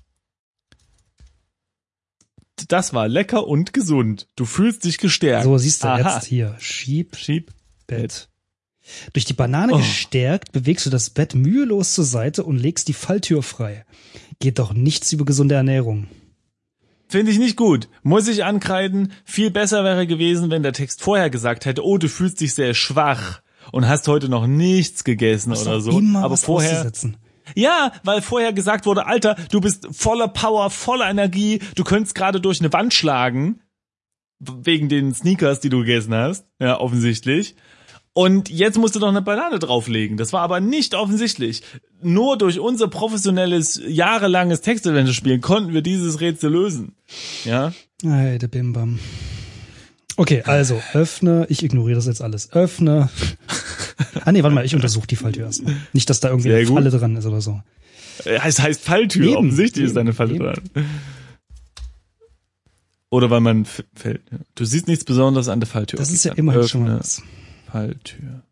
Das war lecker und gesund. Du fühlst dich gestärkt. So, siehst du jetzt hier. Schieb Bett. Durch die Banane gestärkt bewegst du das Bett mühelos zur Seite und legst die Falltür frei. Geht doch nichts über gesunde Ernährung. Finde ich nicht gut. Muss ich ankreiden. Viel besser wäre gewesen, wenn der Text vorher gesagt hätte, oh, du fühlst dich sehr schwach und hast heute noch nichts gegessen oder so. Aber vorher... Ja, weil vorher gesagt wurde, Alter, du bist voller Power, voller Energie, du könntest gerade durch eine Wand schlagen, wegen den Sneakers, die du gegessen hast, ja, offensichtlich. Und jetzt musst du doch eine Banane drauflegen. Das war aber nicht offensichtlich. Nur durch unser professionelles, jahrelanges Textadventure-Spielen konnten wir dieses Rätsel lösen. Ja? Hey, der Bimbam. Okay, also, öffne, ich ignoriere das jetzt alles. Öffne. Nee, warte mal, ich untersuche die Falltür erstmal. Nicht, dass da irgendwie eine Falle dran ist oder so. Es heißt Falltür, eben, offensichtlich ist da eine Falle dran. Oder weil man fällt. Du siehst nichts Besonderes an der Falltür. Das ist ja immerhin schon mal was. Falltür.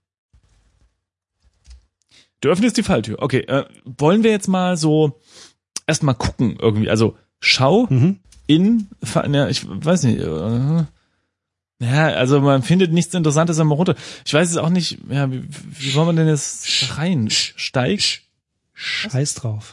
Du öffnest die Falltür. Okay, wollen wir jetzt mal so erstmal gucken irgendwie. Also schau ich weiß nicht. Ja, also man findet nichts Interessantes einmal runter. Ich weiß es auch nicht, ja, wie wollen wir denn jetzt rein? Steig? Scheiß drauf.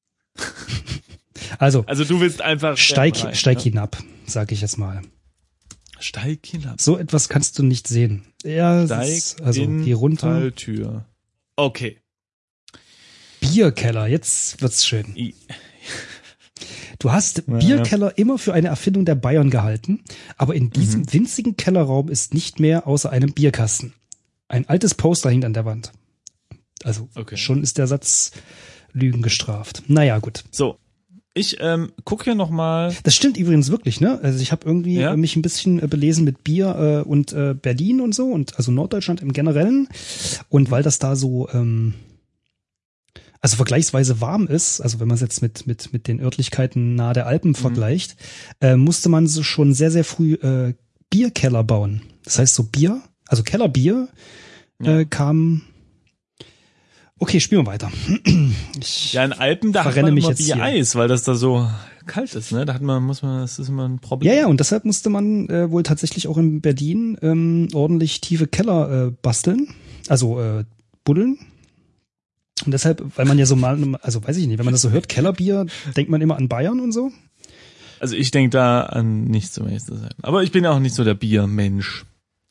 Also du willst einfach steig hinab, sag ich jetzt mal. Steig hinab. So etwas kannst du nicht sehen. Ja, geh runter. Falltür. Okay. Bierkeller, jetzt wird's schön. Du hast Bierkeller immer für eine Erfindung der Bayern gehalten, aber in diesem winzigen Kellerraum ist nicht mehr außer einem Bierkasten. Ein altes Poster hängt an der Wand. Also schon ist der Satz Lügen gestraft. Naja, gut. So, ich gucke hier nochmal. Das stimmt übrigens wirklich, ne? Also ich habe irgendwie mich ein bisschen belesen mit Bier und Berlin und so, und also Norddeutschland im Generellen. Und weil das da so vergleichsweise warm ist, also wenn man es jetzt mit den Örtlichkeiten nahe der Alpen vergleicht, musste man so schon sehr, sehr früh Bierkeller bauen. Das heißt so Bier, also Kellerbier kam Okay, spielen wir weiter. Ja, in Alpen, da hat verrenne man mich immer jetzt hier. Bier-Eis, weil das da so kalt ist, ne? Da das ist immer ein Problem. Ja, und deshalb musste man wohl tatsächlich auch in Berlin ordentlich tiefe Keller basteln, also buddeln. Und deshalb, weil man ja so mal, also weiß ich nicht, wenn man das so hört, Kellerbier, denkt man immer an Bayern und so. Also ich denke da an nichts, um ehrlich zu sein. Aber ich bin auch nicht so der Biermensch.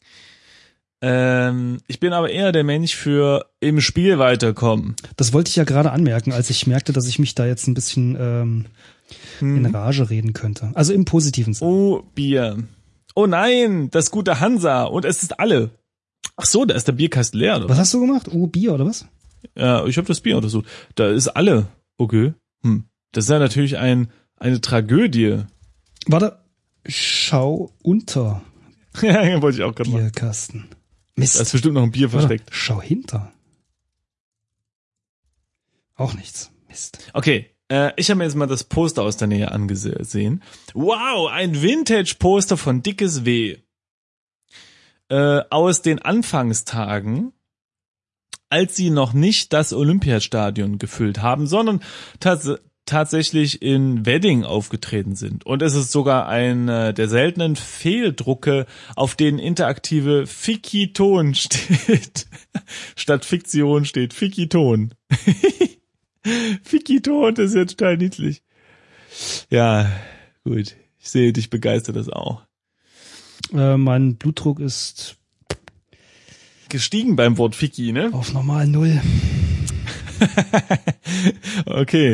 Ich bin aber eher der Mensch für im Spiel weiterkommen. Das wollte ich ja gerade anmerken, als ich merkte, dass ich mich da jetzt ein bisschen in Rage reden könnte. Also im positiven Sinne. Oh, Bier. Oh nein, das gute Hansa. Und es ist alle. Ach so, da ist der Bierkasten leer, oder? Was hast du gemacht? Oh, Bier, oder was? Ja, ich habe das Bier untersucht. Da ist alle. Okay. Das ist ja natürlich eine Tragödie. Warte. Schau unter Ja, wollte ich auch gerade machen. Bierkasten. Mist. Da ist bestimmt noch ein Bier versteckt. Warte. Schau hinter. Auch nichts. Mist. Okay, ich habe mir jetzt mal das Poster aus der Nähe angesehen. Wow, ein Vintage-Poster von Dickes W. Aus den Anfangstagen, als sie noch nicht das Olympiastadion gefüllt haben, sondern tatsächlich in Wedding aufgetreten sind. Und es ist sogar einer der seltenen Fehldrucke, auf denen interaktive Ficky-Ton steht. Statt Fiktion steht Ficky-Ton. Ficky-Ton, das ist ja total niedlich. Ja, gut. Ich sehe, dich begeistert das auch. Mein Blutdruck ist Gestiegen beim Wort Ficky, ne? auf normal 0. Okay.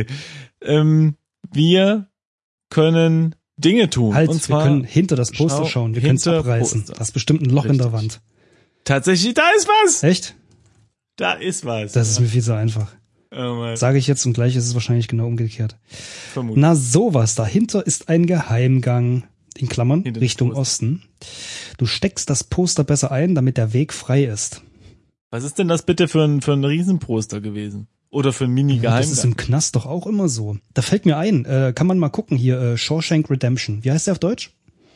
Wir können Dinge tun. Halt, und zwar wir können hinter das Poster schauen. Wir können es hinter abreißen. Poster. Das ist bestimmt ein Loch in der Richtig. Wand. Tatsächlich, da ist was! Echt? Da ist was. Das ist mir viel zu einfach. Oh Mann, Sage ich jetzt und gleich ist es wahrscheinlich genau umgekehrt. vermutlich. Na sowas, dahinter ist ein Geheimgang, in Klammern, Hinter das Richtung Poster. Osten. Du steckst das Poster besser ein, damit der Weg frei ist. Was ist denn das bitte für ein Riesenposter gewesen? Oder für ein Das ist Mini-Geheimgang? im Knast doch auch immer so. Da fällt mir ein, kann man mal gucken hier, Shawshank Redemption. Wie heißt der auf Deutsch?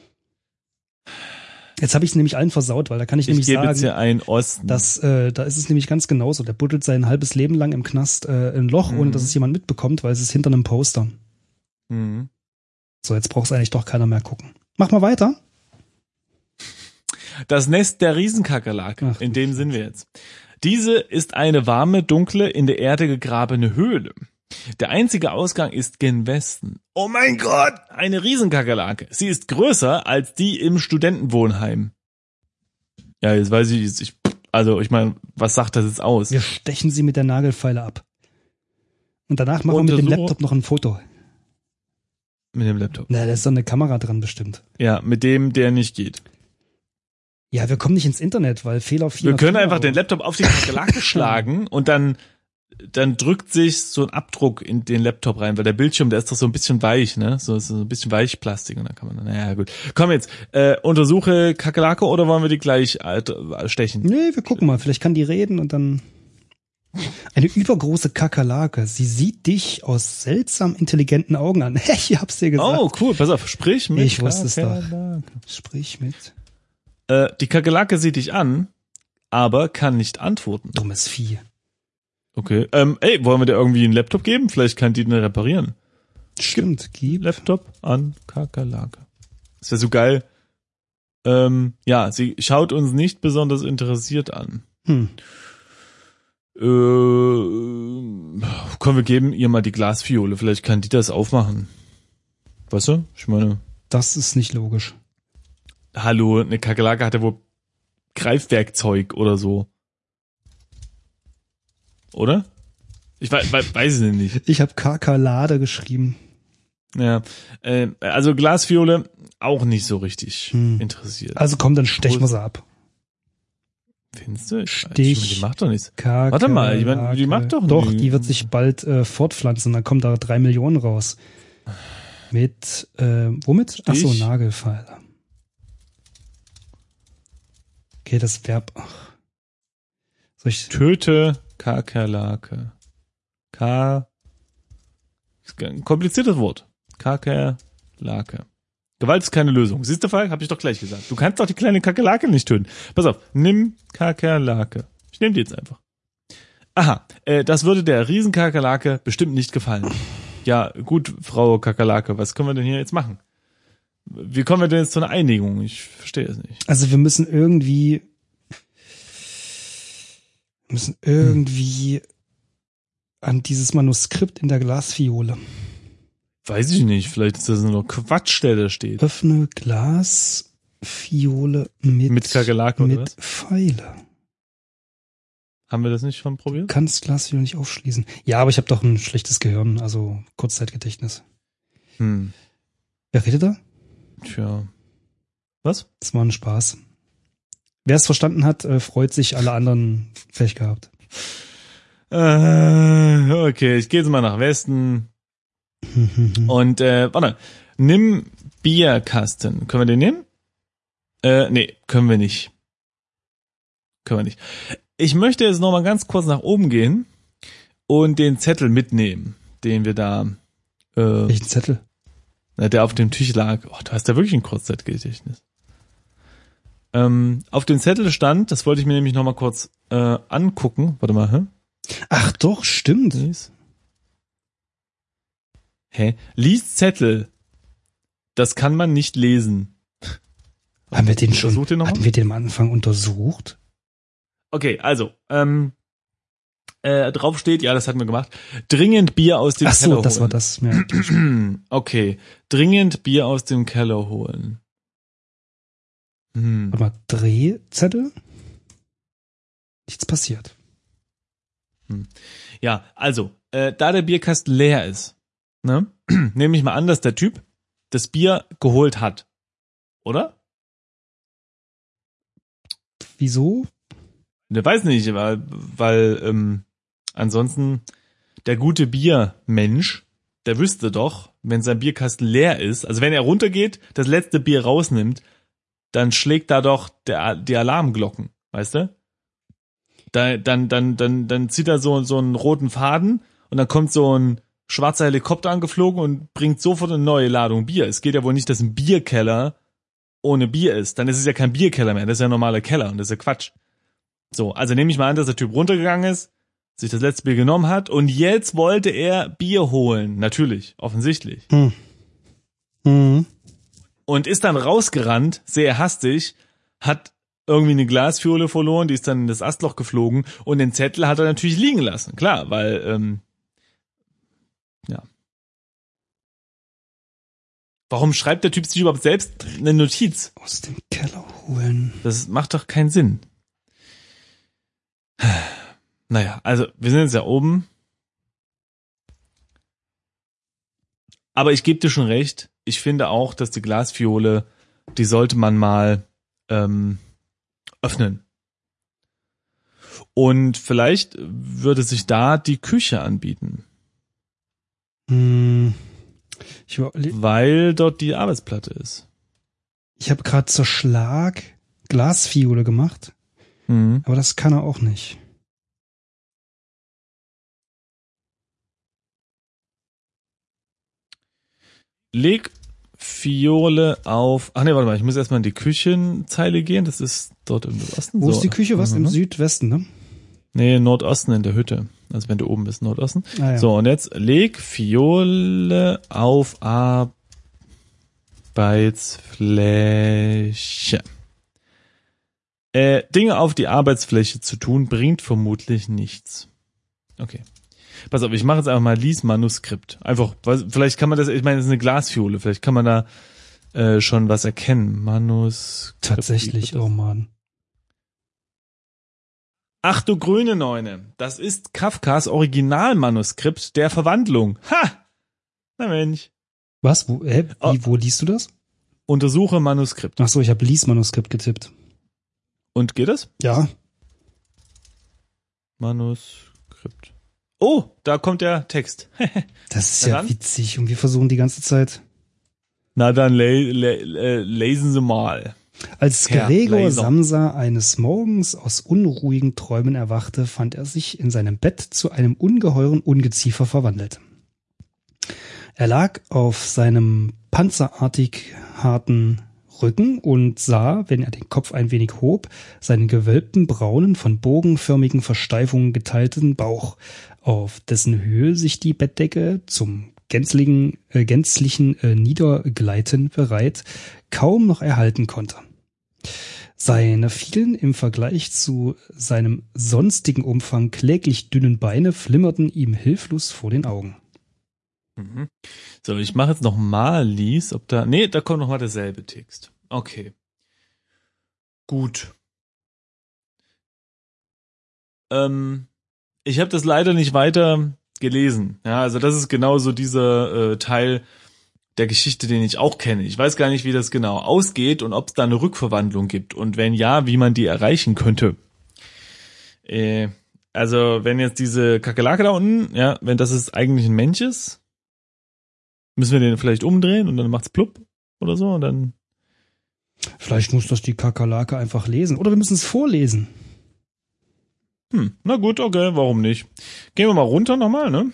Jetzt habe ich es nämlich allen versaut, weil da kann ich Ich nämlich gebe jetzt sagen, hier ein Osten. dass da ist es nämlich ganz genauso. Der buddelt sein halbes Leben lang im Knast ein Loch, ohne dass es jemand mitbekommt, weil es ist hinter einem Poster. Mhm. So, jetzt braucht es eigentlich doch keiner mehr gucken. Mach mal weiter. Das Nest der Riesenkakerlake. Ach, In dem sind wir jetzt. Diese ist eine warme, dunkle, in der Erde gegrabene Höhle. Der einzige Ausgang ist gen Westen. Oh mein Gott, eine Riesenkakerlake. Sie ist größer als die im Studentenwohnheim. Ja, jetzt weiß ich, ich meine, was sagt das jetzt aus? Wir stechen sie mit der Nagelfeile ab. Und danach machen wir mit dem Untersuch- Laptop noch ein Foto. Mit dem Laptop. Na, da ist doch eine Kamera dran bestimmt. Ja, mit dem, der nicht geht. Ja, wir kommen nicht ins Internet, weil Fehler 4. Wir können einfach den Laptop auf die Kakerlake schlagen und dann drückt sich so ein Abdruck in den Laptop rein, weil der Bildschirm, der ist doch so ein bisschen weich, ne? So ein bisschen Weichplastik und dann kann man dann, naja, gut. Komm jetzt, untersuche Kakerlake oder wollen wir die gleich stechen? Nee, wir gucken mal. Vielleicht kann die reden und dann... Eine übergroße Kakerlake. Sie sieht dich aus seltsam intelligenten Augen an. Ich hab's dir gesagt. Oh, cool, pass auf, sprich mit. Ich wusste es doch. Kakerlake. Sprich mit. Die Kakerlake sieht dich an, aber kann nicht antworten. Dummes Vieh. Okay, wollen wir dir irgendwie einen Laptop geben? Vielleicht kann die den reparieren. Stimmt, gib. Laptop an Kakerlake. Das wäre so geil. Ja, sie schaut uns nicht besonders interessiert an. Komm, wir geben ihr mal die Glasfiole. Vielleicht kann die das aufmachen. Weißt du? Ich meine, Das ist nicht logisch. hallo, eine Kakerlake hat ja wohl Greifwerkzeug oder so. Oder? Ich weiß es nicht. Ich habe Kakerlade geschrieben. Ja, also Glasfiole auch nicht so richtig interessiert. Also komm, dann stechen wir sie ab. Findest du? Stich. Die macht doch nichts. Kakerlake. Warte mal, ich meine, die macht doch Doch, nichts. die wird sich bald fortpflanzen. Dann kommen da 3 Millionen raus. Mit, womit? Ach so, Stich. Nagelfeile. Okay, das Verb. Ach. Soll ich, Töte Kakerlake. Ist ein kompliziertes Wort. Kakerlake. Gewalt ist keine Lösung. Siehst du, Falk? Hab ich doch gleich gesagt. Du kannst doch die kleine Kakerlake nicht töten. Pass auf, nimm Kakerlake. Ich nehme die jetzt einfach. Aha, das würde der Riesenkakerlake bestimmt nicht gefallen. Ja, gut, Frau Kakerlake, was können wir denn hier jetzt machen? Wie kommen wir denn jetzt zu einer Einigung? Ich verstehe es nicht. Also wir müssen irgendwie an dieses Manuskript in der Glasfiole. Weiß ich nicht, vielleicht ist das nur Quatsch, der da steht. Öffne Glasfiole mit Kakerlake oder was? Pfeile. Haben wir das nicht schon probiert? Kannst Glasfiole nicht aufschließen. Ja, aber ich habe doch ein schlechtes Gehirn, also Kurzzeitgedächtnis. Wer redet da? Tja. Was? Das war ein Spaß. Wer es verstanden hat, freut sich, alle anderen Pech gehabt. Okay, ich gehe jetzt mal nach Westen. Und, warte. Nimm Bierkasten. Können wir den nehmen? Nee, können wir nicht. Ich möchte jetzt noch mal ganz kurz nach oben gehen und den Zettel mitnehmen, den wir da... Welchen Zettel? Der auf dem Tisch lag. Oh, du hast ja wirklich ein Kurzzeitgedächtnis. Auf dem Zettel stand, das wollte ich mir nämlich noch mal kurz angucken. Warte mal, hä? Ach doch, stimmt. Lies Zettel. Das kann man nicht lesen. Hatten wir den am Anfang untersucht? Okay, also, drauf steht, ja, das hatten wir gemacht, dringend Bier aus dem Keller holen. Ach so, das war das. Ja. Okay, dringend Bier aus dem Keller holen. Warte mal, Drehzettel? Nichts passiert. Ja, also, da der Bierkasten leer ist, ne, nehme ich mal an, dass der Typ das Bier geholt hat. Oder? Wieso? Ich weiß nicht, weil ansonsten der gute Biermensch, der wüsste doch, wenn sein Bierkasten leer ist, also wenn er runtergeht, das letzte Bier rausnimmt, dann schlägt da doch die Alarmglocken, weißt du? Dann zieht er so einen roten Faden und dann kommt so ein schwarzer Helikopter angeflogen und bringt sofort eine neue Ladung Bier. Es geht ja wohl nicht, dass ein Bierkeller ohne Bier ist. Dann ist es ja kein Bierkeller mehr, das ist ja ein normaler Keller und das ist ja Quatsch. So, also nehme ich mal an, dass der Typ runtergegangen ist, sich das letzte Bier genommen hat und jetzt wollte er Bier holen. Natürlich, offensichtlich. Und ist dann rausgerannt, sehr hastig, hat irgendwie eine Glasfiole verloren, die ist dann in das Astloch geflogen und den Zettel hat er natürlich liegen lassen. Klar, weil, ja. Warum schreibt der Typ sich überhaupt selbst eine Notiz? Aus dem Keller holen. Das macht doch keinen Sinn. Naja, also wir sind jetzt ja oben. Aber ich gebe dir schon recht. Ich finde auch, dass die Glasfiole, die sollte man mal öffnen. Und vielleicht würde sich da die Küche anbieten. Weil dort die Arbeitsplatte ist. Ich habe gerade zur Schlag Glasfiole gemacht. Aber das kann er auch nicht. Leg Fiole auf... Ach nee, warte mal, ich muss erstmal in die Küchenzeile gehen. Das ist dort im Osten. Wo ist die Küche? Was? Im Südwesten, ne? Nee, Nordosten in der Hütte. Also wenn du oben bist, Nordosten. Ah, ja. So, und jetzt leg Fiole auf Arbeitsfläche. Dinge auf die Arbeitsfläche zu tun, bringt vermutlich nichts. Okay. Pass auf, ich mache jetzt einfach mal Lies-Manuskript. Einfach, vielleicht kann man das, ich meine, das ist eine Glasfiole, vielleicht kann man da schon was erkennen. Manuskript. Tatsächlich, oh Mann. Ach du grüne Neune, das ist Kafkas Originalmanuskript der Verwandlung. Ha! Na Mensch. Was? Wo liest du das? Untersuche Manuskript. Ach so, ich habe Lies-Manuskript getippt. Und geht das? Ja. Manuskript. Oh, da kommt der Text. Das ist ja witzig und wir versuchen die ganze Zeit. Na dann lesen Sie mal. Als Gregor Samsa eines Morgens aus unruhigen Träumen erwachte, fand er sich in seinem Bett zu einem ungeheuren Ungeziefer verwandelt. Er lag auf seinem panzerartig harten Rücken und sah, wenn er den Kopf ein wenig hob, seinen gewölbten, braunen, von bogenförmigen Versteifungen geteilten Bauch, auf dessen Höhe sich die Bettdecke zum gänzlichen Niedergleiten bereit kaum noch erhalten konnte. Seine vielen im Vergleich zu seinem sonstigen Umfang kläglich dünnen Beine flimmerten ihm hilflos vor den Augen. Mhm. So, ich mache jetzt noch mal Lies, ob da... Nee, da kommt noch mal derselbe Text. Okay. Gut. Ich habe das leider nicht weiter gelesen. Ja, also das ist genau so dieser Teil der Geschichte, den ich auch kenne. Ich weiß gar nicht, wie das genau ausgeht und ob es da eine Rückverwandlung gibt. Und wenn ja, wie man die erreichen könnte. Also, wenn jetzt diese Kakerlake da unten, ja, wenn das ist eigentlich ein Mensch ist, müssen wir den vielleicht umdrehen und dann macht's plupp oder so und dann. Vielleicht muss das die Kakerlake einfach lesen. Oder wir müssen es vorlesen. Na gut, okay, warum nicht? Gehen wir mal runter nochmal, ne?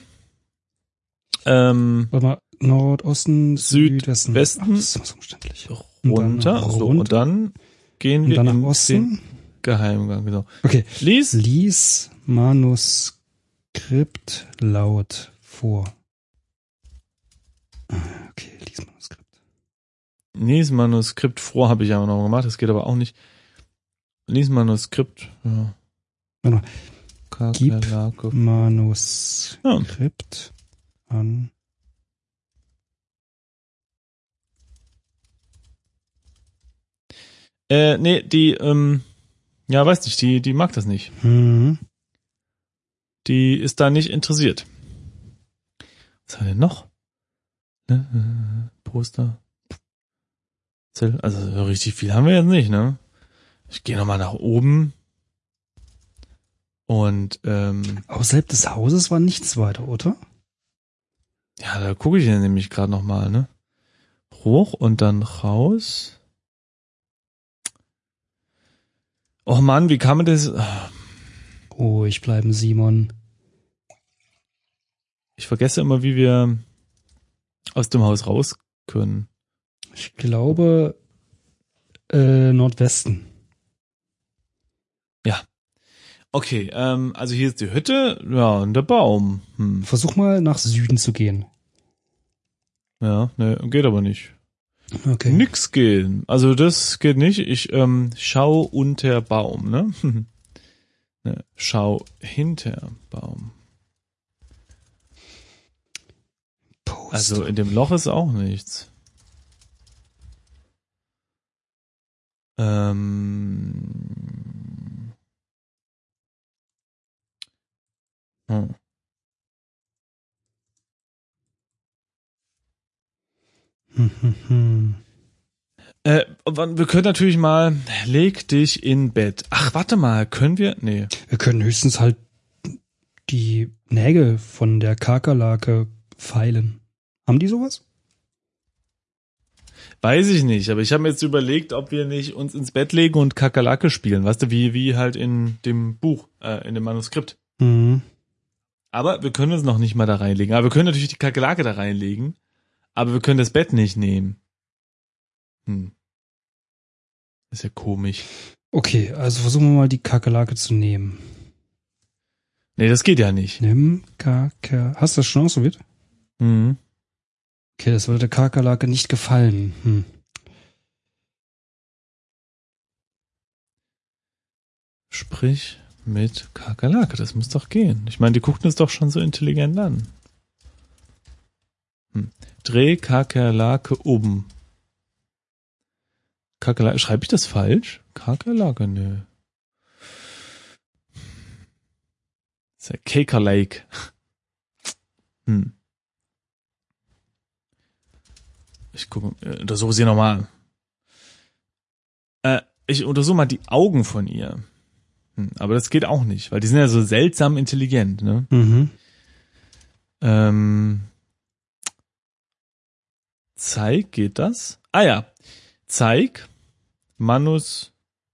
Warte mal, Nordosten, Südwesten. Westen. Ach, das ist so umständlich. Runter. So, und dann gehen wir nach in Osten. den Geheimgang, genau. Okay. Lies Manuskript laut vor. Okay, lies Manuskript. Lies Manuskript vor habe ich ja noch gemacht, das geht aber auch nicht. Lies Manuskript. Ja. Gib Kakerlake. Manuskript an. Nee, die, ja, weiß nicht, die mag das nicht. Mhm. Die ist da nicht interessiert. Was haben wir denn noch? Poster. Also richtig viel haben wir jetzt nicht, ne? Ich gehe nochmal nach oben. Und Außerhalb des Hauses war nichts weiter, oder? ja, da gucke ich ja nämlich gerade nochmal, ne? Hoch und dann raus. Och Mann, wie kann man das... Ruhig bleiben, Simon. Ich vergesse immer, wie wir aus dem Haus raus können. Ich glaube Nordwesten. Ja. Okay, also hier ist die Hütte, ja, und der Baum. Versuch mal nach Süden zu gehen. Ja, ne, geht aber nicht. Okay. Nix gehen. Also das geht nicht. Ich schau unter Baum, ne? Ne, schau hinter Baum. Post. Also in dem Loch ist auch nichts. Wir können natürlich mal, leg dich in Bett. Ach, warte mal, können wir? Nee. Wir können höchstens halt die Nägel von der Kakerlake feilen. Haben die sowas? Weiß ich nicht, aber ich habe mir jetzt überlegt, ob wir nicht uns ins Bett legen und Kakerlake spielen, weißt du, wie halt in dem Buch, in dem Manuskript. Mhm. Aber wir können uns noch nicht mal da reinlegen. Aber wir können natürlich die Kakerlake da reinlegen, aber wir können das Bett nicht nehmen. Ist ja komisch. Okay, also versuchen wir mal die Kakerlake zu nehmen. Nee, das geht ja nicht. Nimm Hast du das schon ausprobiert? Mhm. Okay, das würde der Kakerlake nicht gefallen. Sprich mit Kakerlake, das muss doch gehen. Ich meine, die gucken es doch schon so intelligent an. Dreh Kakerlake um. Kakerlake, schreibe ich das falsch? Kakerlake, nö. Das ist ja Kakerlake. Ich gucke, untersuche sie nochmal. Ich untersuche mal die Augen von ihr. Aber das geht auch nicht, weil die sind ja so seltsam intelligent, ne? Mhm. Zeig, geht das? Ah ja. Zeig Manuskript.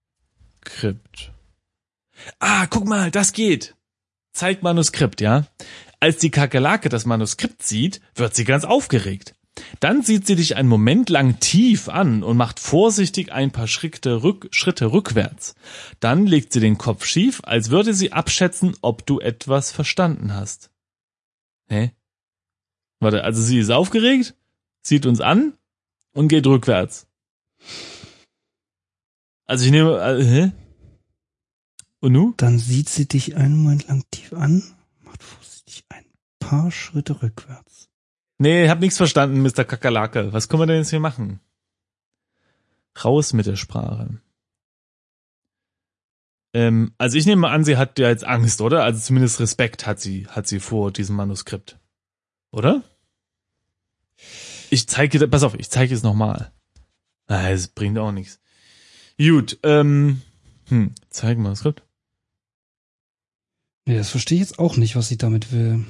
Ah, guck mal, das geht. Zeig Manuskript, ja. Als die Kakerlake das Manuskript sieht, wird sie ganz aufgeregt. Dann sieht sie dich einen Moment lang tief an und macht vorsichtig ein paar Schritte rückwärts. Dann legt sie den Kopf schief, als würde sie abschätzen, ob du etwas verstanden hast. Hä? Warte, also sie ist aufgeregt, sieht uns an und geht rückwärts. Also ich nehme, hä? Und nu? Dann sieht sie dich einen Moment lang tief an, macht vorsichtig ein paar Schritte rückwärts. Nee, hab nichts verstanden, Mr. Kakerlake. Was können wir denn jetzt hier machen? Raus mit der Sprache. Also ich nehme mal an, sie hat ja jetzt Angst, oder? Also zumindest Respekt hat sie vor diesem Manuskript. Oder? Ich zeige es nochmal. Es bringt auch nichts. Gut, zeig Manuskript. Nee, das verstehe ich jetzt auch nicht, was sie damit will.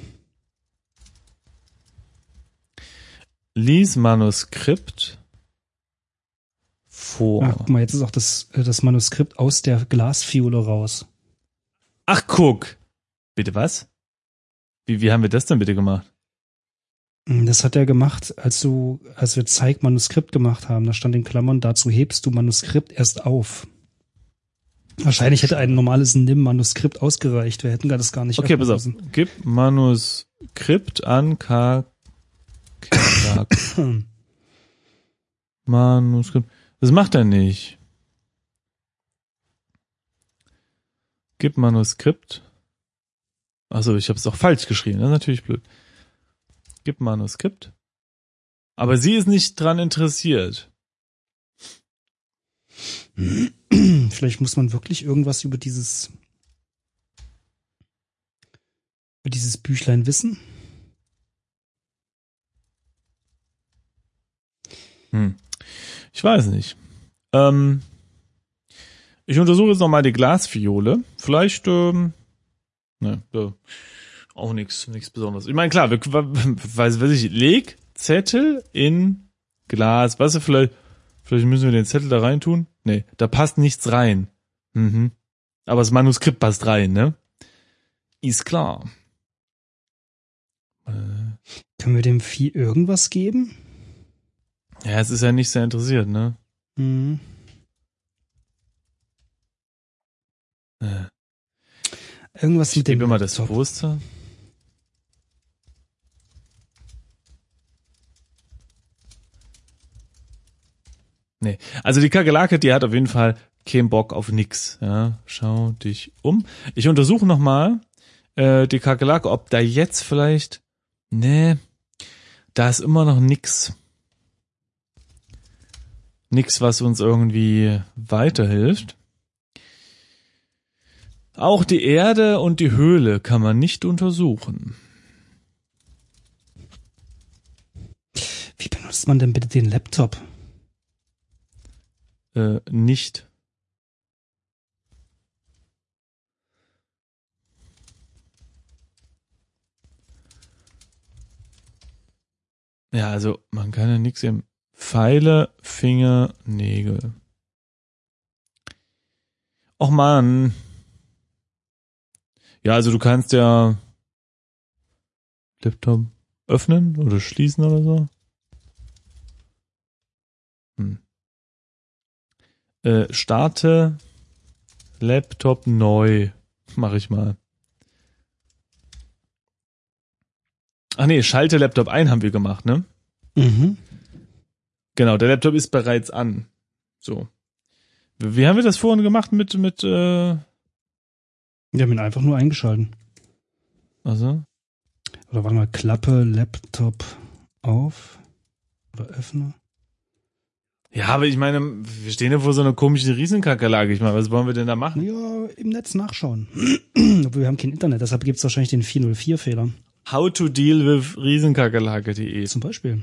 Lies Manuskript vor. Ach, guck mal, jetzt ist auch das Manuskript aus der Glasfiole raus. Ach, guck. Bitte was? Wie haben wir das denn bitte gemacht? Das hat er gemacht, als wir Zeig Manuskript gemacht haben. Da stand in Klammern, dazu hebst du Manuskript erst auf. Wahrscheinlich hätte ein normales NIM-Manuskript ausgereicht. Wir hätten das gar nicht. Okay, pass auf. Gib Manuskript an Manuskript. Das macht er nicht. Gib Manuskript. Achso, ich habe es auch falsch geschrieben. Das ist natürlich blöd. Gib Manuskript. Aber sie ist nicht dran interessiert. Vielleicht muss man wirklich irgendwas über dieses Büchlein wissen. Ich weiß nicht. Ich untersuche jetzt nochmal die Glasfiole. Vielleicht, auch nichts Besonderes. Ich meine, klar, weiß ich, leg Zettel in Glas. Weißt du, vielleicht müssen wir den Zettel da rein tun. Nee, da passt nichts rein. Aber das Manuskript passt rein, ne? Ist klar. Können wir dem Vieh irgendwas geben? Ja, es ist ja nicht sehr interessiert, ne? Mhm. Irgendwas mit dem. Ich gebe immer das Poster. Nee, also die Kakerlake, die hat auf jeden Fall keinen Bock auf nix. Ja, schau dich um. Ich untersuche nochmal die Kakerlake, ob da jetzt vielleicht. Nee, da ist immer noch nix. Nix, was uns irgendwie weiterhilft. Auch die Erde und die Höhle kann man nicht untersuchen. Wie benutzt man denn bitte den Laptop? Nicht. Ja, also man kann ja nichts im Pfeile, Finger, Nägel. Och man. Ja, also du kannst ja Laptop öffnen oder schließen oder so. Starte Laptop neu. Mache ich mal. Ach nee, schalte Laptop ein haben wir gemacht, ne? Mhm. Genau, der Laptop ist bereits an. So. Wie haben wir das vorhin gemacht mit Wir haben ihn einfach nur eingeschalten. Also? Oder warte mal, Klappe, Laptop auf. Oder öffne. Ja, aber ich meine, wir stehen ja vor so einer komischen Riesenkakerlake. Ich meine, was wollen wir denn da machen? Ja, im Netz nachschauen. Obwohl wir haben kein Internet, deshalb gibt es wahrscheinlich den 404-Fehler. How to deal with Riesenkakerlake.de. Zum Beispiel.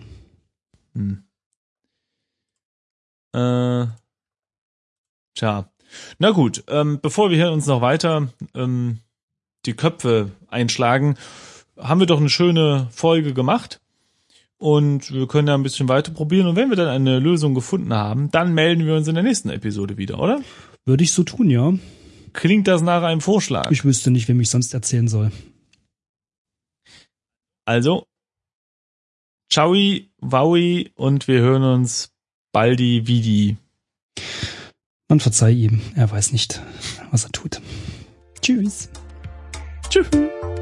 Tja. Na gut, bevor wir hier uns noch weiter die Köpfe einschlagen, haben wir doch eine schöne Folge gemacht. Und wir können ja ein bisschen weiter probieren. Und wenn wir dann eine Lösung gefunden haben, dann melden wir uns in der nächsten Episode wieder, oder? Würde ich so tun, ja. Klingt das nach einem Vorschlag? Ich wüsste nicht, wem ich sonst erzählen soll. Also, Ciao, wowi und wir hören uns baldi vidi. Man verzeih ihm, er weiß nicht, was er tut. Tschüss. Tschüss.